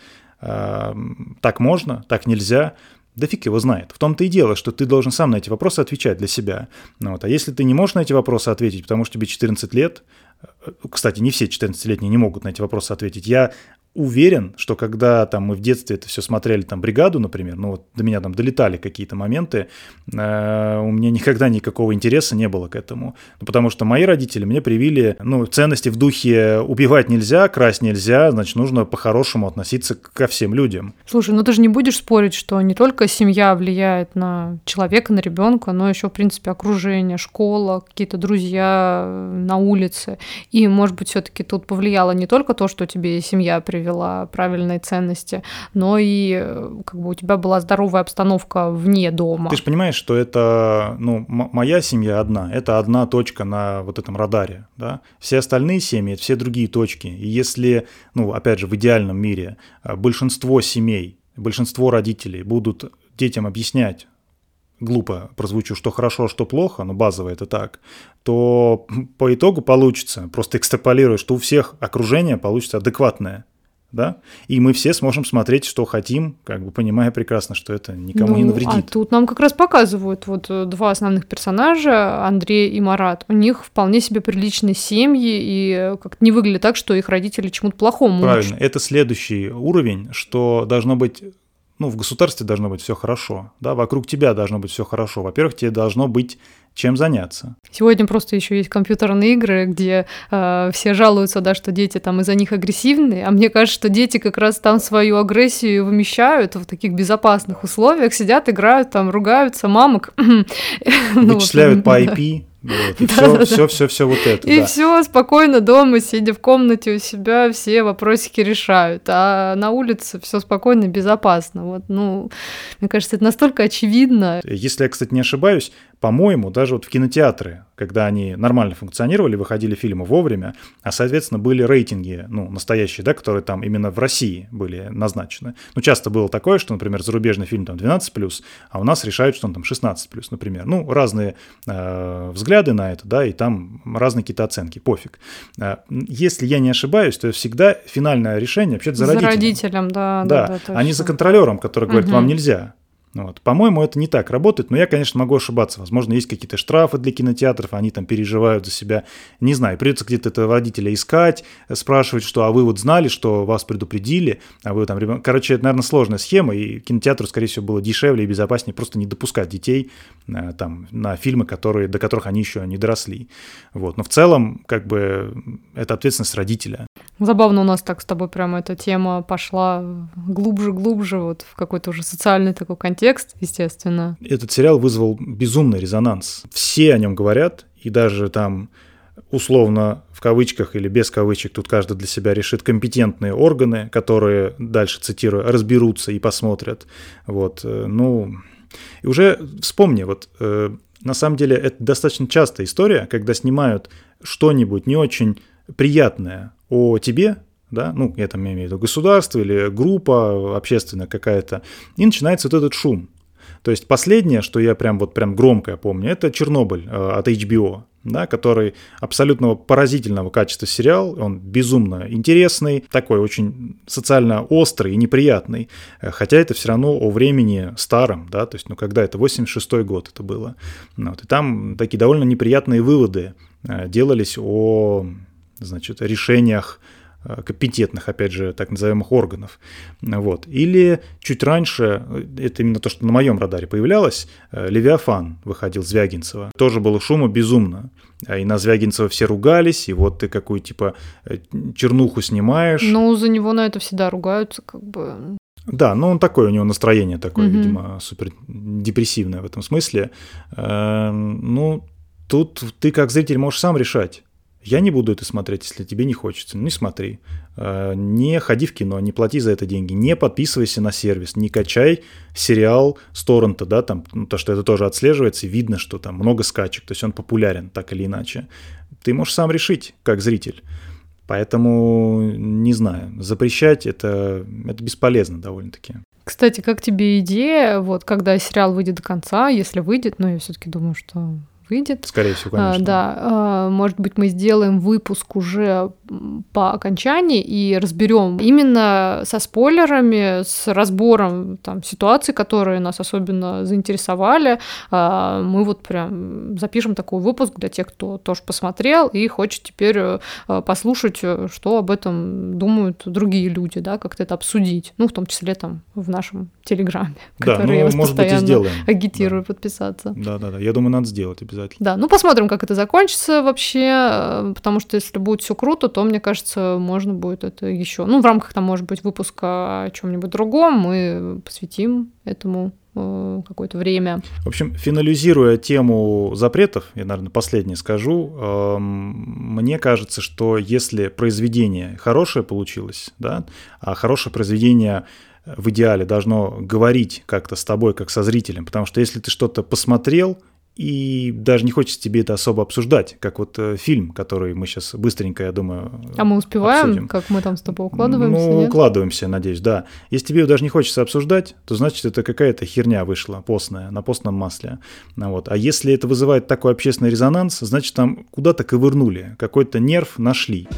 А, так можно, так нельзя. Да фиг его знает. В том-то и дело, что ты должен сам на эти вопросы отвечать для себя. Ну, вот. А если ты не можешь на эти вопросы ответить, потому что тебе четырнадцать лет, кстати, не все четырнадцатилетние не могут на эти вопросы ответить, я уверен, что когда там мы в детстве это все смотрели, там «Бригаду», например, ну вот до меня там долетали какие-то моменты, э, у меня никогда никакого интереса не было к этому, ну, потому что мои родители мне привили, ну, ценности в духе убивать нельзя, красть нельзя, значит, нужно по-хорошему относиться ко всем людям. Слушай, ну ты же не будешь спорить, что не только семья влияет на человека, на ребенка, но еще, в принципе, окружение, школа, какие-то друзья на улице. И, может быть, все-таки тут повлияло не только то, что тебе семья привела правильные ценности, но и как бы у тебя была здоровая обстановка вне дома. Ты же понимаешь, что это, ну, м- моя семья одна, это одна точка на вот этом радаре, да? Все остальные семьи – это все другие точки. И если, ну, опять же, в идеальном мире большинство семей, большинство родителей будут детям объяснять, глупо прозвучу, что хорошо, что плохо, но базово это так, то по итогу получится, просто экстраполируя, что у всех окружение получится адекватное. Да? И мы все сможем смотреть, что хотим, как бы понимая прекрасно, что это никому ну, не навредит. А тут нам как раз показывают вот два основных персонажа, Андрей и Марат. У них вполне себе приличные семьи, и как-то не выглядит так, что их родители чему-то плохому Правильно, учат. это следующий уровень, что должно быть, ну, в государстве должно быть все хорошо, да, вокруг тебя должно быть все хорошо. Во-первых, тебе должно быть чем заняться. Сегодня просто еще есть компьютерные игры, где э, все жалуются, да, что дети там из-за них агрессивные, а мне кажется, что дети как раз там свою агрессию вымещают в таких безопасных условиях, сидят, играют, там ругаются, мамок. Вычисляют по ай пи. Вот, и все, все, все, все вот это. И да. все спокойно дома, сидя в комнате у себя, все вопросики решают. А на улице все спокойно, безопасно. Вот, ну, мне кажется, это настолько очевидно. Если я, кстати, не ошибаюсь, по-моему, даже вот в кинотеатры, когда они нормально функционировали, выходили фильмы вовремя, а, соответственно, были рейтинги, ну, настоящие, да, которые там именно в России были назначены. Ну, часто было такое, что, например, зарубежный фильм там двенадцать плюс, а у нас решают, что он там шестнадцать плюс, например. Ну, разные э, взгляды на это, да, и там разные какие-то оценки, пофиг. Если я не ошибаюсь, то всегда финальное решение вообще-то за, за родителем. родителем, да, да, да, да, а не за контролером, который говорит, угу. вам нельзя. Вот. По-моему, это не так работает, но я, конечно, могу ошибаться. Возможно, есть какие-то штрафы для кинотеатров, они там переживают за себя. Не знаю, придется где-то этого родителя искать, спрашивать, что, а вы вот знали, что вас предупредили, а вы там... ребен... Короче, это, наверное, сложная схема, и кинотеатру, скорее всего, было дешевле и безопаснее просто не допускать детей там, на фильмы, которые, до которых они еще не доросли. Вот. Но в целом, как бы, это ответственность родителя. Забавно у нас так с тобой прямо эта тема пошла глубже-глубже, вот в какой-то уже социальный такой контекст, естественно. Этот сериал вызвал безумный резонанс. Все о нем говорят, и даже там условно в кавычках или без кавычек, тут каждый для себя решит, компетентные органы, которые, дальше цитирую, разберутся и посмотрят. Вот, ну, и уже вспомни, вот на самом деле это достаточно частая история, когда снимают что-нибудь не очень приятное о тебе, да, ну, я там имею в виду государство или группа общественная какая-то, и начинается вот этот шум. То есть последнее, что я прям вот прям громкое помню, это «Чернобыль» от эйч би о, да, который абсолютно поразительного качества сериал, он безумно интересный, такой очень социально острый и неприятный, хотя это все равно о времени старом, да, то есть, ну, когда это, восемьдесят шестой год это было, вот, и там такие довольно неприятные выводы делались о, значит, решениях компетентных, опять же, так называемых органов. Вот. Или чуть раньше, это именно то, что на моем радаре появлялось, «Левиафан» выходил Звягинцева. Тоже было шума безумно. И на Звягинцева все ругались, и вот ты какую типа чернуху снимаешь. Ну, за него на это всегда ругаются, как бы... Да, но он такой, у него настроение такое, угу. видимо, супер депрессивное в этом смысле. Ну, тут ты как зритель можешь сам решать. Я не буду это смотреть, если тебе не хочется. Ну, не смотри. Не ходи в кино, не плати за это деньги, не подписывайся на сервис, не качай сериал с торрента, да, там, ну, то, что это тоже отслеживается, и видно, что там много скачек, то есть он популярен так или иначе. Ты можешь сам решить, как зритель. Поэтому, не знаю, запрещать это, это бесполезно довольно-таки. Кстати, как тебе идея, вот, когда сериал выйдет до конца, если выйдет, но я все-таки думаю, что... выйдет. Скорее всего, конечно. А, да, а, может быть, мы сделаем выпуск уже по окончании и разберем именно со спойлерами, с разбором там ситуаций, которые нас особенно заинтересовали. А, мы вот прям запишем такой выпуск для тех, кто тоже посмотрел и хочет теперь послушать, что об этом думают другие люди, да, как-то это обсудить. Ну, в том числе там в нашем Телеграме, да, который ну, я вас может постоянно быть, и сделаем. агитирую да. подписаться. Да-да-да, я думаю, надо сделать обязательно. Да, ну посмотрим, как это закончится вообще, потому что если будет все круто, то, мне кажется, можно будет это еще, ну, в рамках, там, может быть, выпуска о чем-нибудь другом мы посвятим этому э, какое-то время. В общем, финализируя тему запретов, я, наверное, последнее скажу, э, мне кажется, что если произведение хорошее получилось, да, а хорошее произведение в идеале должно говорить как-то с тобой, как со зрителем, потому что если ты что-то посмотрел, и даже не хочется тебе это особо обсуждать, как вот э, фильм, который мы сейчас быстренько, я думаю, А мы успеваем, обсудим. Как мы там с тобой укладываемся? Ну, нет? укладываемся, надеюсь, да. Если тебе даже не хочется обсуждать, то значит, это какая-то херня вышла постная, на постном масле. Вот. А если это вызывает такой общественный резонанс, значит, там куда-то ковырнули, какой-то нерв нашли.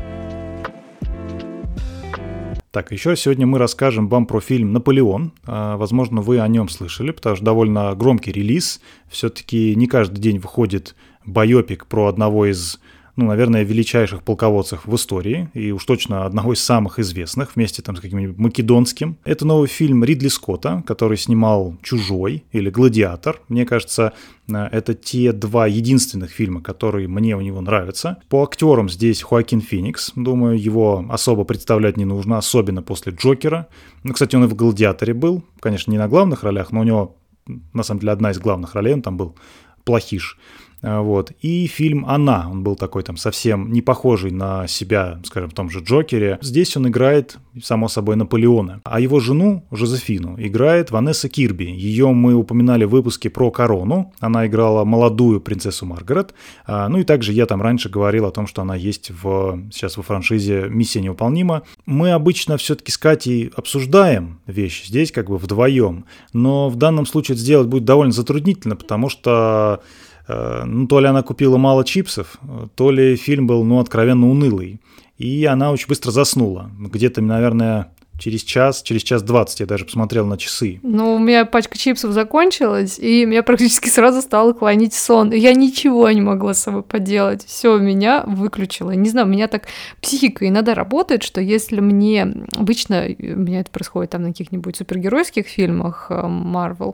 Так, еще сегодня мы расскажем вам про фильм «Наполеон». Возможно, вы о нем слышали, потому что довольно громкий релиз. Все-таки не каждый день выходит байопик про одного из, ну, наверное, величайших полководцев в истории, и уж точно одного из самых известных, вместе там с каким-нибудь Македонским. Это новый фильм Ридли Скотта, который снимал «Чужой» или «Гладиатор». Мне кажется, это те два единственных фильма, которые мне у него нравятся. По актерам здесь Хоакин Феникс. Думаю, его особо представлять не нужно, особенно после «Джокера». Ну, кстати, он и в «Гладиаторе» был. Конечно, не на главных ролях, но у него, на самом деле, одна из главных ролей, он там был плохиш. Вот. И фильм «Она», он был такой там совсем не похожий на себя, скажем, в том же «Джокере». Здесь он играет, само собой, Наполеона. А его жену, Жозефину, играет Ванесса Кирби. Ее мы упоминали в выпуске про «Корону». Она играла молодую принцессу Маргарет. Ну и также я там раньше говорил о том, что она есть в, сейчас во франшизе «Миссия невыполнима». Мы обычно все-таки с Катей обсуждаем вещи здесь как бы вдвоем, но в данном случае это сделать будет довольно затруднительно, потому что ну, то ли она купила мало чипсов, то ли фильм был, ну, откровенно унылый. И она очень быстро заснула. Где-то, наверное, через час, через час двадцать я даже посмотрел на часы. Ну, у меня пачка чипсов закончилась, и меня практически сразу стало клонить сон. И я ничего не могла с собой поделать. Все меня выключило. Не знаю, у меня так психика иногда работает, что если мне... Обычно у меня это происходит там на каких-нибудь супергеройских фильмах Marvel,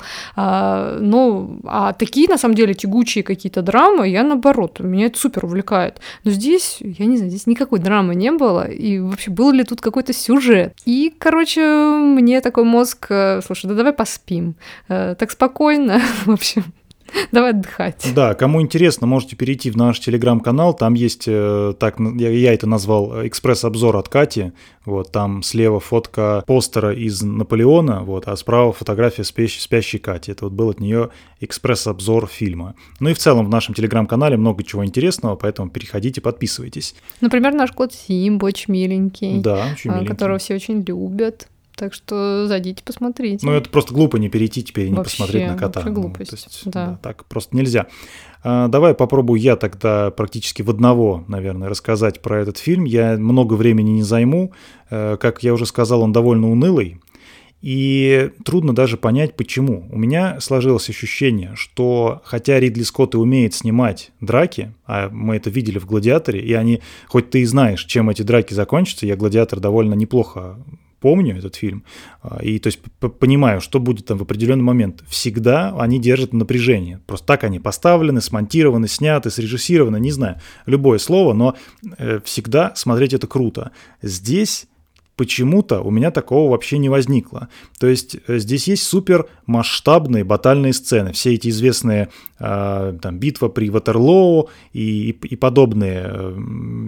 а, ну, а такие, на самом деле, тягучие какие-то драмы, я наоборот, меня это супер увлекает. Но здесь, я не знаю, здесь никакой драмы не было, и вообще был ли тут какой-то сюжет? И короче, мне такой мозг, слушай, да давай поспим. Так спокойно, в общем, давай отдыхать. Да, кому интересно, можете перейти в наш телеграм-канал, там есть, так я, я это назвал, экспресс-обзор от Кати, вот, там слева фотка постера из Наполеона, вот, а справа фотография спящей, спящей Кати, это вот был от нее экспресс-обзор фильма. Ну и в целом в нашем телеграм-канале много чего интересного, поэтому переходите, подписывайтесь. Например, наш кот Симба очень миленький, да, очень миленький, которого все очень любят. Так что зайдите, посмотрите. Ну, это просто глупо не перейти теперь и не вообще, посмотреть на кота. Вообще глупость, ну, то есть, да. да. Так просто нельзя. А, давай попробую я тогда практически в одного, наверное, рассказать про этот фильм. Я много времени не займу. А, как я уже сказал, он довольно унылый. И трудно даже понять, почему. У меня сложилось ощущение, что хотя Ридли Скотт и умеет снимать драки, а мы это видели в «Гладиаторе», и они, хоть ты и знаешь, чем эти драки закончатся, я «Гладиатор» довольно неплохо помню этот фильм, и то есть понимаю, что будет там в определенный момент. Всегда они держат напряжение. Просто так они поставлены, смонтированы, сняты, срежиссированы, не знаю, любое слово, но всегда смотреть это круто. Здесь почему-то у меня такого вообще не возникло. То есть здесь есть супер масштабные батальные сцены. Все эти известные э, там, битва при Ватерлоо и, и, и подобные, э,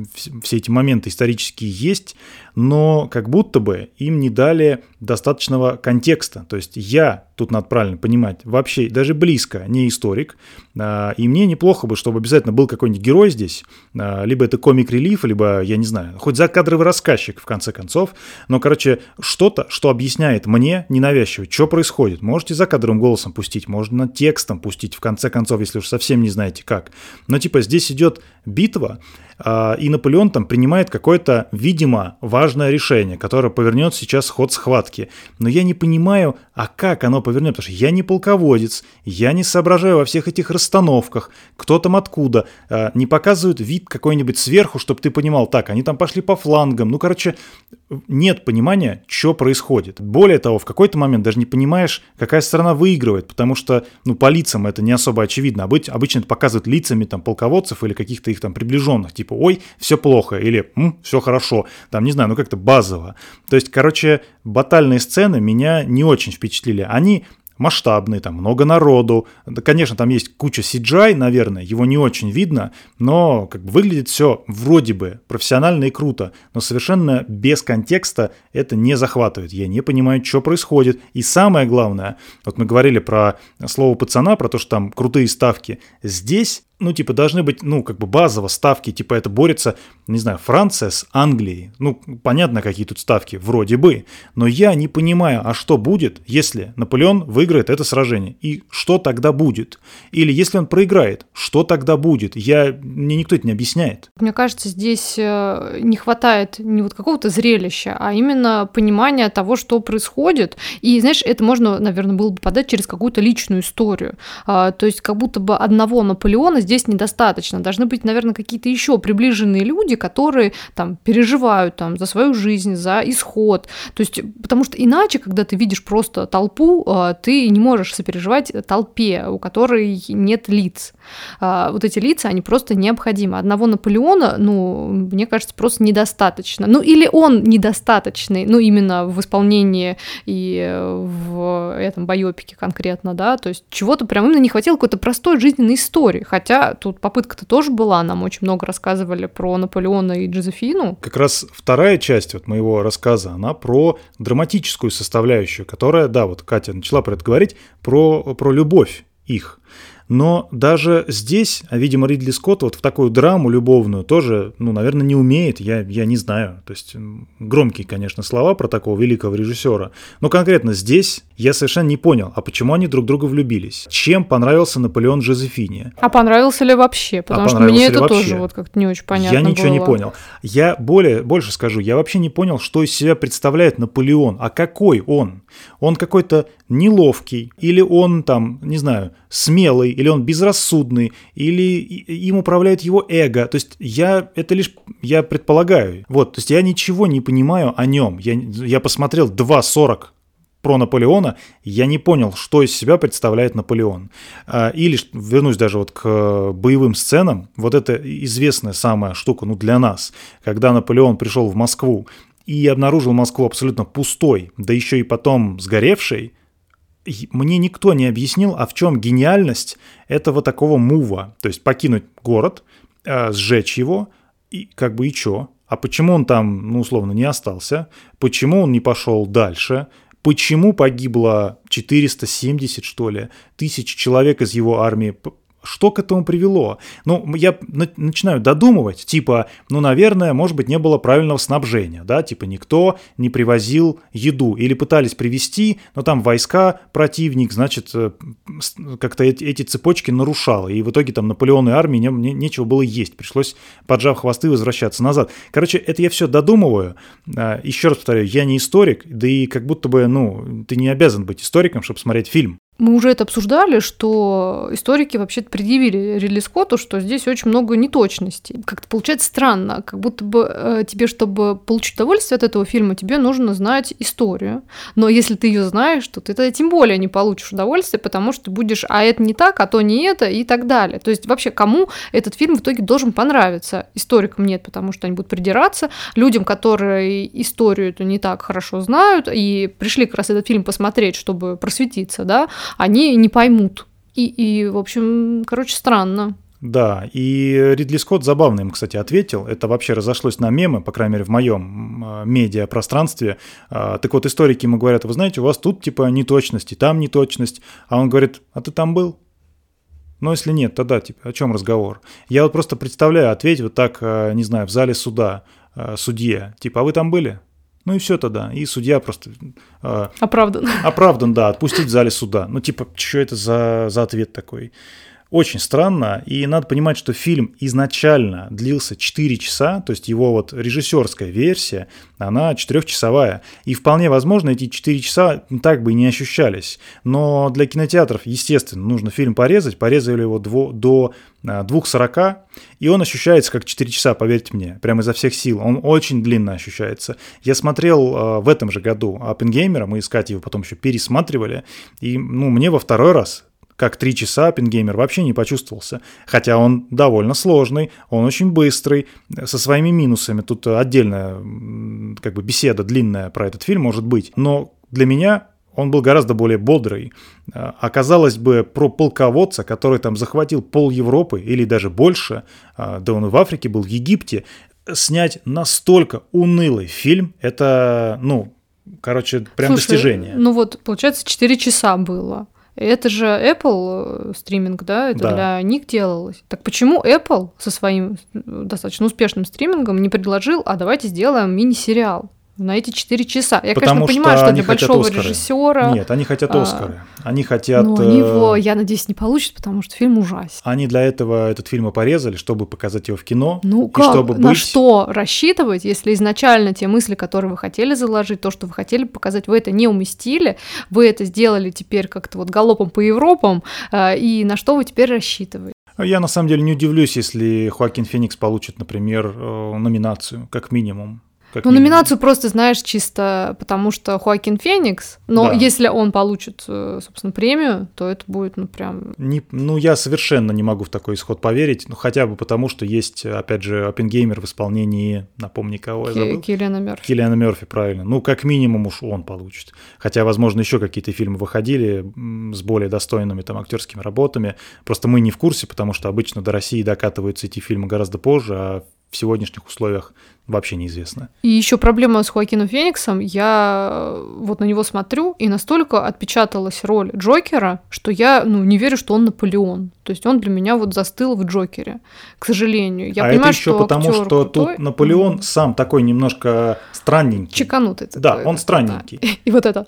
все эти моменты исторические есть, но как будто бы им не дали достаточного контекста. То есть я, тут надо правильно понимать, вообще даже близко не историк, э, и мне неплохо бы, чтобы обязательно был какой-нибудь герой здесь, э, либо это комик-релиф, либо, я не знаю, хоть закадровый рассказчик, в конце концов. Но, короче, что-то, что объясняет мне ненавязчиво, что происходит. Можете закадровым голосом пустить, можно текстом пустить, в конце концов, если уж совсем не знаете как. Но, типа, здесь идет битва, и Наполеон там принимает какое-то, видимо, важное решение, которое повернет сейчас ход схватки. Но я не понимаю, а как оно повернет, потому что я не полководец, я не соображаю во всех этих расстановках, кто там откуда, не показывают вид какой-нибудь сверху, чтобы ты понимал, так, они там пошли по флангам, ну, короче, нет понимания, что происходит. Более того, в какой-то момент даже не понимаешь, какая сторона выигрывает, потому что, ну, по лицам это не особо очевидно. Обычно это показывают лицами там полководцев или каких-то их там приближенных, типа, ой, все плохо, или м, все хорошо, там, не знаю, ну, как-то базово. То есть, короче, батальные сцены меня не очень впечатлили. Они масштабный, там много народу. Да, конечно, там есть куча си джи ай, наверное, его не очень видно, но как бы выглядит все вроде бы профессионально и круто, но совершенно без контекста это не захватывает. Я не понимаю, что происходит. И самое главное, вот мы говорили про слово пацана, про то, что там крутые ставки. Здесь ну, типа, должны быть, ну, как бы базово ставки, типа, это борется, не знаю, Франция с Англией. Ну, понятно, какие тут ставки, вроде бы. Но я не понимаю, а что будет, если Наполеон выиграет это сражение? И что тогда будет? Или если он проиграет, что тогда будет? Я, мне никто это не объясняет. Мне кажется, здесь не хватает не вот какого-то зрелища, а именно понимания того, что происходит. И, знаешь, это можно, наверное, было бы подать через какую-то личную историю. То есть, как будто бы одного Наполеона здесь недостаточно. Должны быть, наверное, какие-то еще приближенные люди, которые там переживают там, за свою жизнь, за исход. То есть, потому что иначе, когда ты видишь просто толпу, ты не можешь сопереживать толпе, у которой нет лиц. Вот эти лица, они просто необходимы. Одного Наполеона, ну, мне кажется, просто недостаточно. Ну, или он недостаточный, ну, именно в исполнении и в этом байопике конкретно, да, то есть чего-то прям именно не хватило, какой-то простой жизненной истории, хотя тут попытка-то тоже была, нам очень много рассказывали про Наполеона и Джозефину. Как раз вторая часть вот моего рассказа, она про драматическую составляющую, которая, да, вот Катя начала про это говорить, про, про любовь их. Но даже здесь, видимо, Ридли Скотт вот в такую драму любовную тоже, ну, наверное, не умеет, я, я не знаю. То есть громкие, конечно, слова про такого великого режиссера. Но конкретно здесь я совершенно не понял, а почему они друг друга влюбились? Чем понравился Наполеон Жозефине? А понравился ли вообще? Потому а что мне это вообще? тоже вот как-то не очень понятно Я ничего было. не понял. Я более, больше скажу, я вообще не понял, что из себя представляет Наполеон. А какой он? Он какой-то неловкий, или он там, не знаю, смелый, или он безрассудный, или им управляет его эго. То есть я это лишь, я предполагаю. Вот, то есть я ничего не понимаю о нем. Я, я посмотрел два сорок про Наполеона, я не понял, что из себя представляет Наполеон. Или, вернусь даже вот к боевым сценам, вот это известная самая штука, ну, для нас, когда Наполеон пришел в Москву и обнаружил Москву абсолютно пустой, да еще и потом сгоревшей, мне никто не объяснил, а в чем гениальность этого такого мува. То есть покинуть город, сжечь его, и как бы и чё? А почему он там, ну, условно, не остался? Почему он не пошел дальше? Почему погибло четыреста семьдесят, что ли, тысяч человек из его армии? Что к этому привело? Ну, я начинаю додумывать, типа, ну, наверное, может быть, не было правильного снабжения, да, типа, никто не привозил еду, или пытались привезти, но там войска, противник, значит, как-то эти, эти цепочки нарушал, и в итоге там Наполеону и армии не, не, нечего было есть, пришлось, поджав хвосты, возвращаться назад. Короче, это я все додумываю, еще раз повторяю, я не историк, да и как будто бы, ну, ты не обязан быть историком, чтобы смотреть фильм. Мы уже это обсуждали, что историки вообще-то предъявили Ридли Скотту, что здесь очень много неточностей. Как-то получается странно, как будто бы э, тебе, чтобы получить удовольствие от этого фильма, тебе нужно знать историю. Но если ты ее знаешь, то ты тогда тем более не получишь удовольствие, потому что ты будешь, а это не так, а то не это и так далее. То есть вообще кому этот фильм в итоге должен понравиться? Историкам нет, потому что они будут придираться. Людям, которые историю эту не так хорошо знают и пришли как раз этот фильм посмотреть, чтобы просветиться, да, они не поймут. И, и, в общем, короче, странно. Да, и Ридли Скотт забавно им, кстати, ответил. Это вообще разошлось на мемы, по крайней мере, в моем медиапространстве. Так вот, историки ему говорят, вы знаете, у вас тут типа неточность, и там неточность. А он говорит, а ты там был? Ну, если нет, тогда типа о чем разговор? Я вот просто представляю, ответь вот так, не знаю, в зале суда судье, типа, а вы там были? Ну и все тогда. И судья просто... Э, оправдан. Оправдан, да, отпустить в зале суда. Ну типа, что это за, за ответ такой? Очень странно, и надо понимать, что фильм изначально длился четыре часа, то есть его вот режиссерская версия, она четырехчасовая. И вполне возможно, эти четыре часа так бы и не ощущались. Но для кинотеатров, естественно, нужно фильм порезать. Порезали его дво, до двух сорока, и он ощущается как четыре часа, поверьте мне, прямо изо всех сил. Он очень длинно ощущается. Я смотрел э, в этом же году «Оппенгеймера», мы с Катей его потом еще пересматривали, и ну, мне во второй раз как три часа «Оппенгеймер» вообще не почувствовался. Хотя он довольно сложный, он очень быстрый, со своими минусами. Тут отдельная как бы беседа длинная про этот фильм может быть. Но для меня он был гораздо более бодрый. Оказалось бы, про полководца, который там захватил пол Европы или даже больше, да он и в Африке был, в Египте, снять настолько унылый фильм, это, ну, короче, прям Слушай, достижение. Ну вот, получается, четыре часа было. Это же Apple стриминг, да? Это да. для них делалось. Так почему Apple со своим достаточно успешным стримингом не предложил, а давайте сделаем мини-сериал на эти четыре часа? Я, Потому конечно, понимаю, что, что для большого Оскары. режиссера... Нет, они хотят Оскары. А, они хотят... Но они его, я надеюсь, не получат, потому что фильм ужасен. Они для этого этот фильм и порезали, чтобы показать его в кино. Ну и как? чтобы На быть... что рассчитывать, если изначально те мысли, которые вы хотели заложить, то, что вы хотели показать, вы это не уместили, вы это сделали теперь как-то вот галопом по Европам, и на что вы теперь рассчитываете? Я на самом деле не удивлюсь, если Хоакин Феникс получит, например, номинацию, как минимум. Как ну, минимум. номинацию просто, знаешь, чисто потому что Хоакин Феникс, но да. если он получит, собственно, премию, то это будет, ну, прям... Не, ну, я совершенно не могу в такой исход поверить, ну, хотя бы потому, что есть, опять же, Оппенгеймер в исполнении, напомни, кого я забыл? Киллиана Мёрфи. Киллиана Мёрфи, правильно. Ну, как минимум уж он получит. Хотя, возможно, еще какие-то фильмы выходили с более достойными там актерскими работами, просто мы не в курсе, потому что обычно до России докатываются эти фильмы гораздо позже, а в сегодняшних условиях вообще неизвестно. И еще проблема с Хоакином Фениксом, я вот на него смотрю, и настолько отпечаталась роль Джокера, что я, ну, не верю, что он Наполеон. То есть он для меня вот застыл в Джокере, к сожалению. Я а понимаю, это еще что потому, что крутой, тут Наполеон mm-hmm. сам такой немножко странненький. Чеканутый. Да, такой, он странненький. Да. И вот это...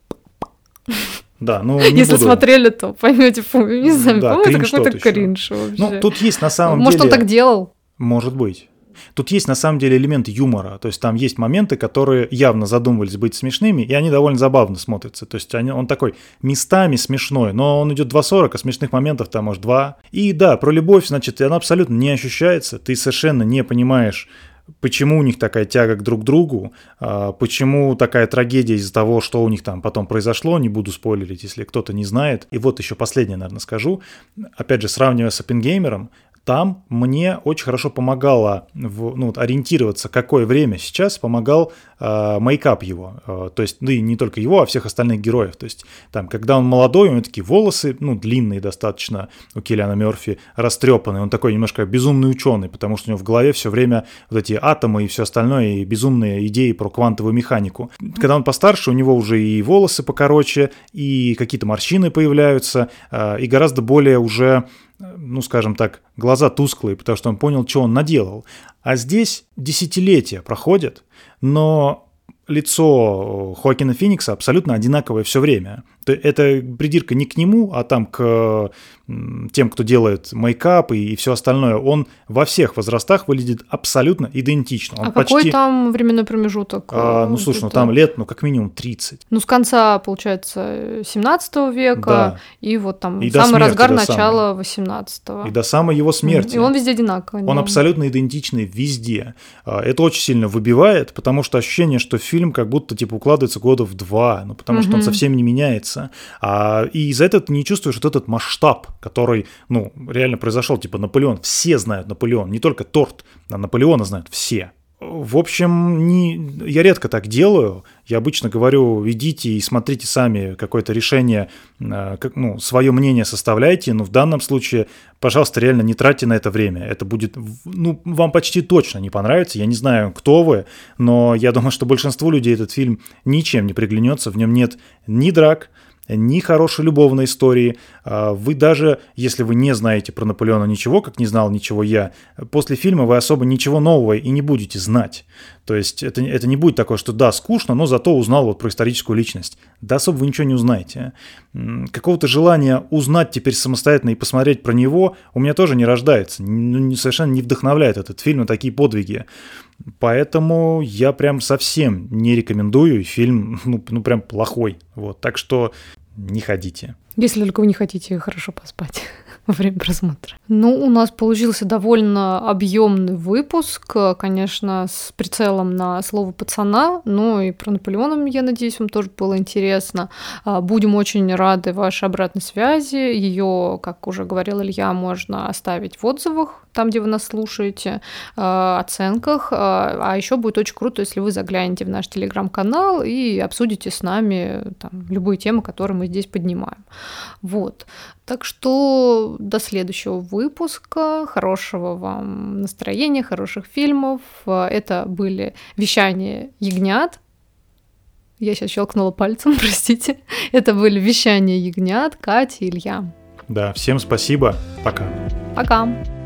Да, ну не Если буду. смотрели, то поймете, не знаю, да, по-моему, это какой-то еще. кринж вообще. Ну, тут есть на самом Может, деле... он так делал? Может быть. Тут есть на самом деле элемент юмора, то есть там есть моменты, которые явно задумывались быть смешными, и они довольно забавно смотрятся. То есть они, он такой местами смешной, но он идет два сорок, а смешных моментов там может два. И да, про любовь, значит, она абсолютно не ощущается, ты совершенно не понимаешь, почему у них такая тяга к друг другу, почему такая трагедия из-за того, что у них там потом произошло, не буду спойлерить, если кто-то не знает. И вот еще последнее, наверное, скажу. Опять же, сравнивая с Оппенгеймером, там мне очень хорошо помогало в, ну, ориентироваться, какое время сейчас помогал э, мейкап его. Э, то есть, ну и не только его, а всех остальных героев. То есть, там, когда он молодой, у него такие волосы, ну, длинные достаточно, у Киллиана Мёрфи, растрепанные. Он такой немножко безумный ученый, потому что у него в голове все время вот эти атомы и все остальное, и безумные идеи про квантовую механику. Когда он постарше, у него уже и волосы покороче, и какие-то морщины появляются, э, и гораздо более уже... ну, скажем так, глаза тусклые, потому что он понял, что он наделал. А здесь десятилетия проходят, но лицо Хоакина Феникса абсолютно одинаковое все время. Это придирка не к нему, а там к тем, кто делает мейкап и, и все остальное. Он во всех возрастах выглядит абсолютно идентично. Он а почти... какой там временной промежуток? А, ну, слушай, ну там лет, ну, как минимум тридцать. Ну, с конца, получается, семнадцатого века, да. И вот там и самый смерти, разгар начала начала восемнадцатого. И до самой его смерти. И он везде одинаковый. Он да. абсолютно идентичный везде. Это очень сильно выбивает, потому что ощущение, что фильм как будто типа укладывается года в два, ну, потому mm-hmm. что он совсем не меняется. А, и из-за этого ты не чувствуешь вот этот масштаб, который, ну, реально произошел. Типа Наполеон, все знают Наполеон, не только торт, а Наполеона знают все. В общем, не, я редко так делаю. Я обычно говорю, идите и смотрите сами какое-то решение, как, ну, свое мнение составляйте, но в данном случае, пожалуйста, реально не тратьте на это время. Это будет, ну, вам почти точно не понравится. Я не знаю, кто вы, но я думаю, что большинству людей этот фильм ничем не приглянется. В нем нет ни драк, ни хорошей любовной истории. Вы даже, если вы не знаете про Наполеона ничего, как не знал ничего я, после фильма вы особо ничего нового и не будете знать. То есть это, это не будет такое, что да, скучно, но зато узнал вот про историческую личность. Да особо вы ничего не узнаете. Какого-то желания узнать теперь самостоятельно и посмотреть про него у меня тоже не рождается. Ну, совершенно не вдохновляет этот фильм на такие подвиги. Поэтому я прям совсем не рекомендую. Фильм, ну, ну прям плохой. Вот. Так что не ходите. Если только вы не хотите хорошо поспать во время просмотра. Ну, у нас получился довольно объемный выпуск, конечно, с прицелом на слово пацана, ну и про Наполеона, я надеюсь, вам тоже было интересно. Будем очень рады вашей обратной связи. Ее, как уже говорил Илья, можно оставить в отзывах, там, где вы нас слушаете, оценках. А еще будет очень круто, если вы заглянете в наш телеграм-канал и обсудите с нами там любые темы, которые мы здесь поднимаем. Вот. Так что до следующего выпуска. Хорошего вам настроения, хороших фильмов. Это были «Вещания ягнят». Я сейчас щелкнула пальцем, простите. Это были «Вещания ягнят», Катя и Илья. Да, всем спасибо. Пока. Пока.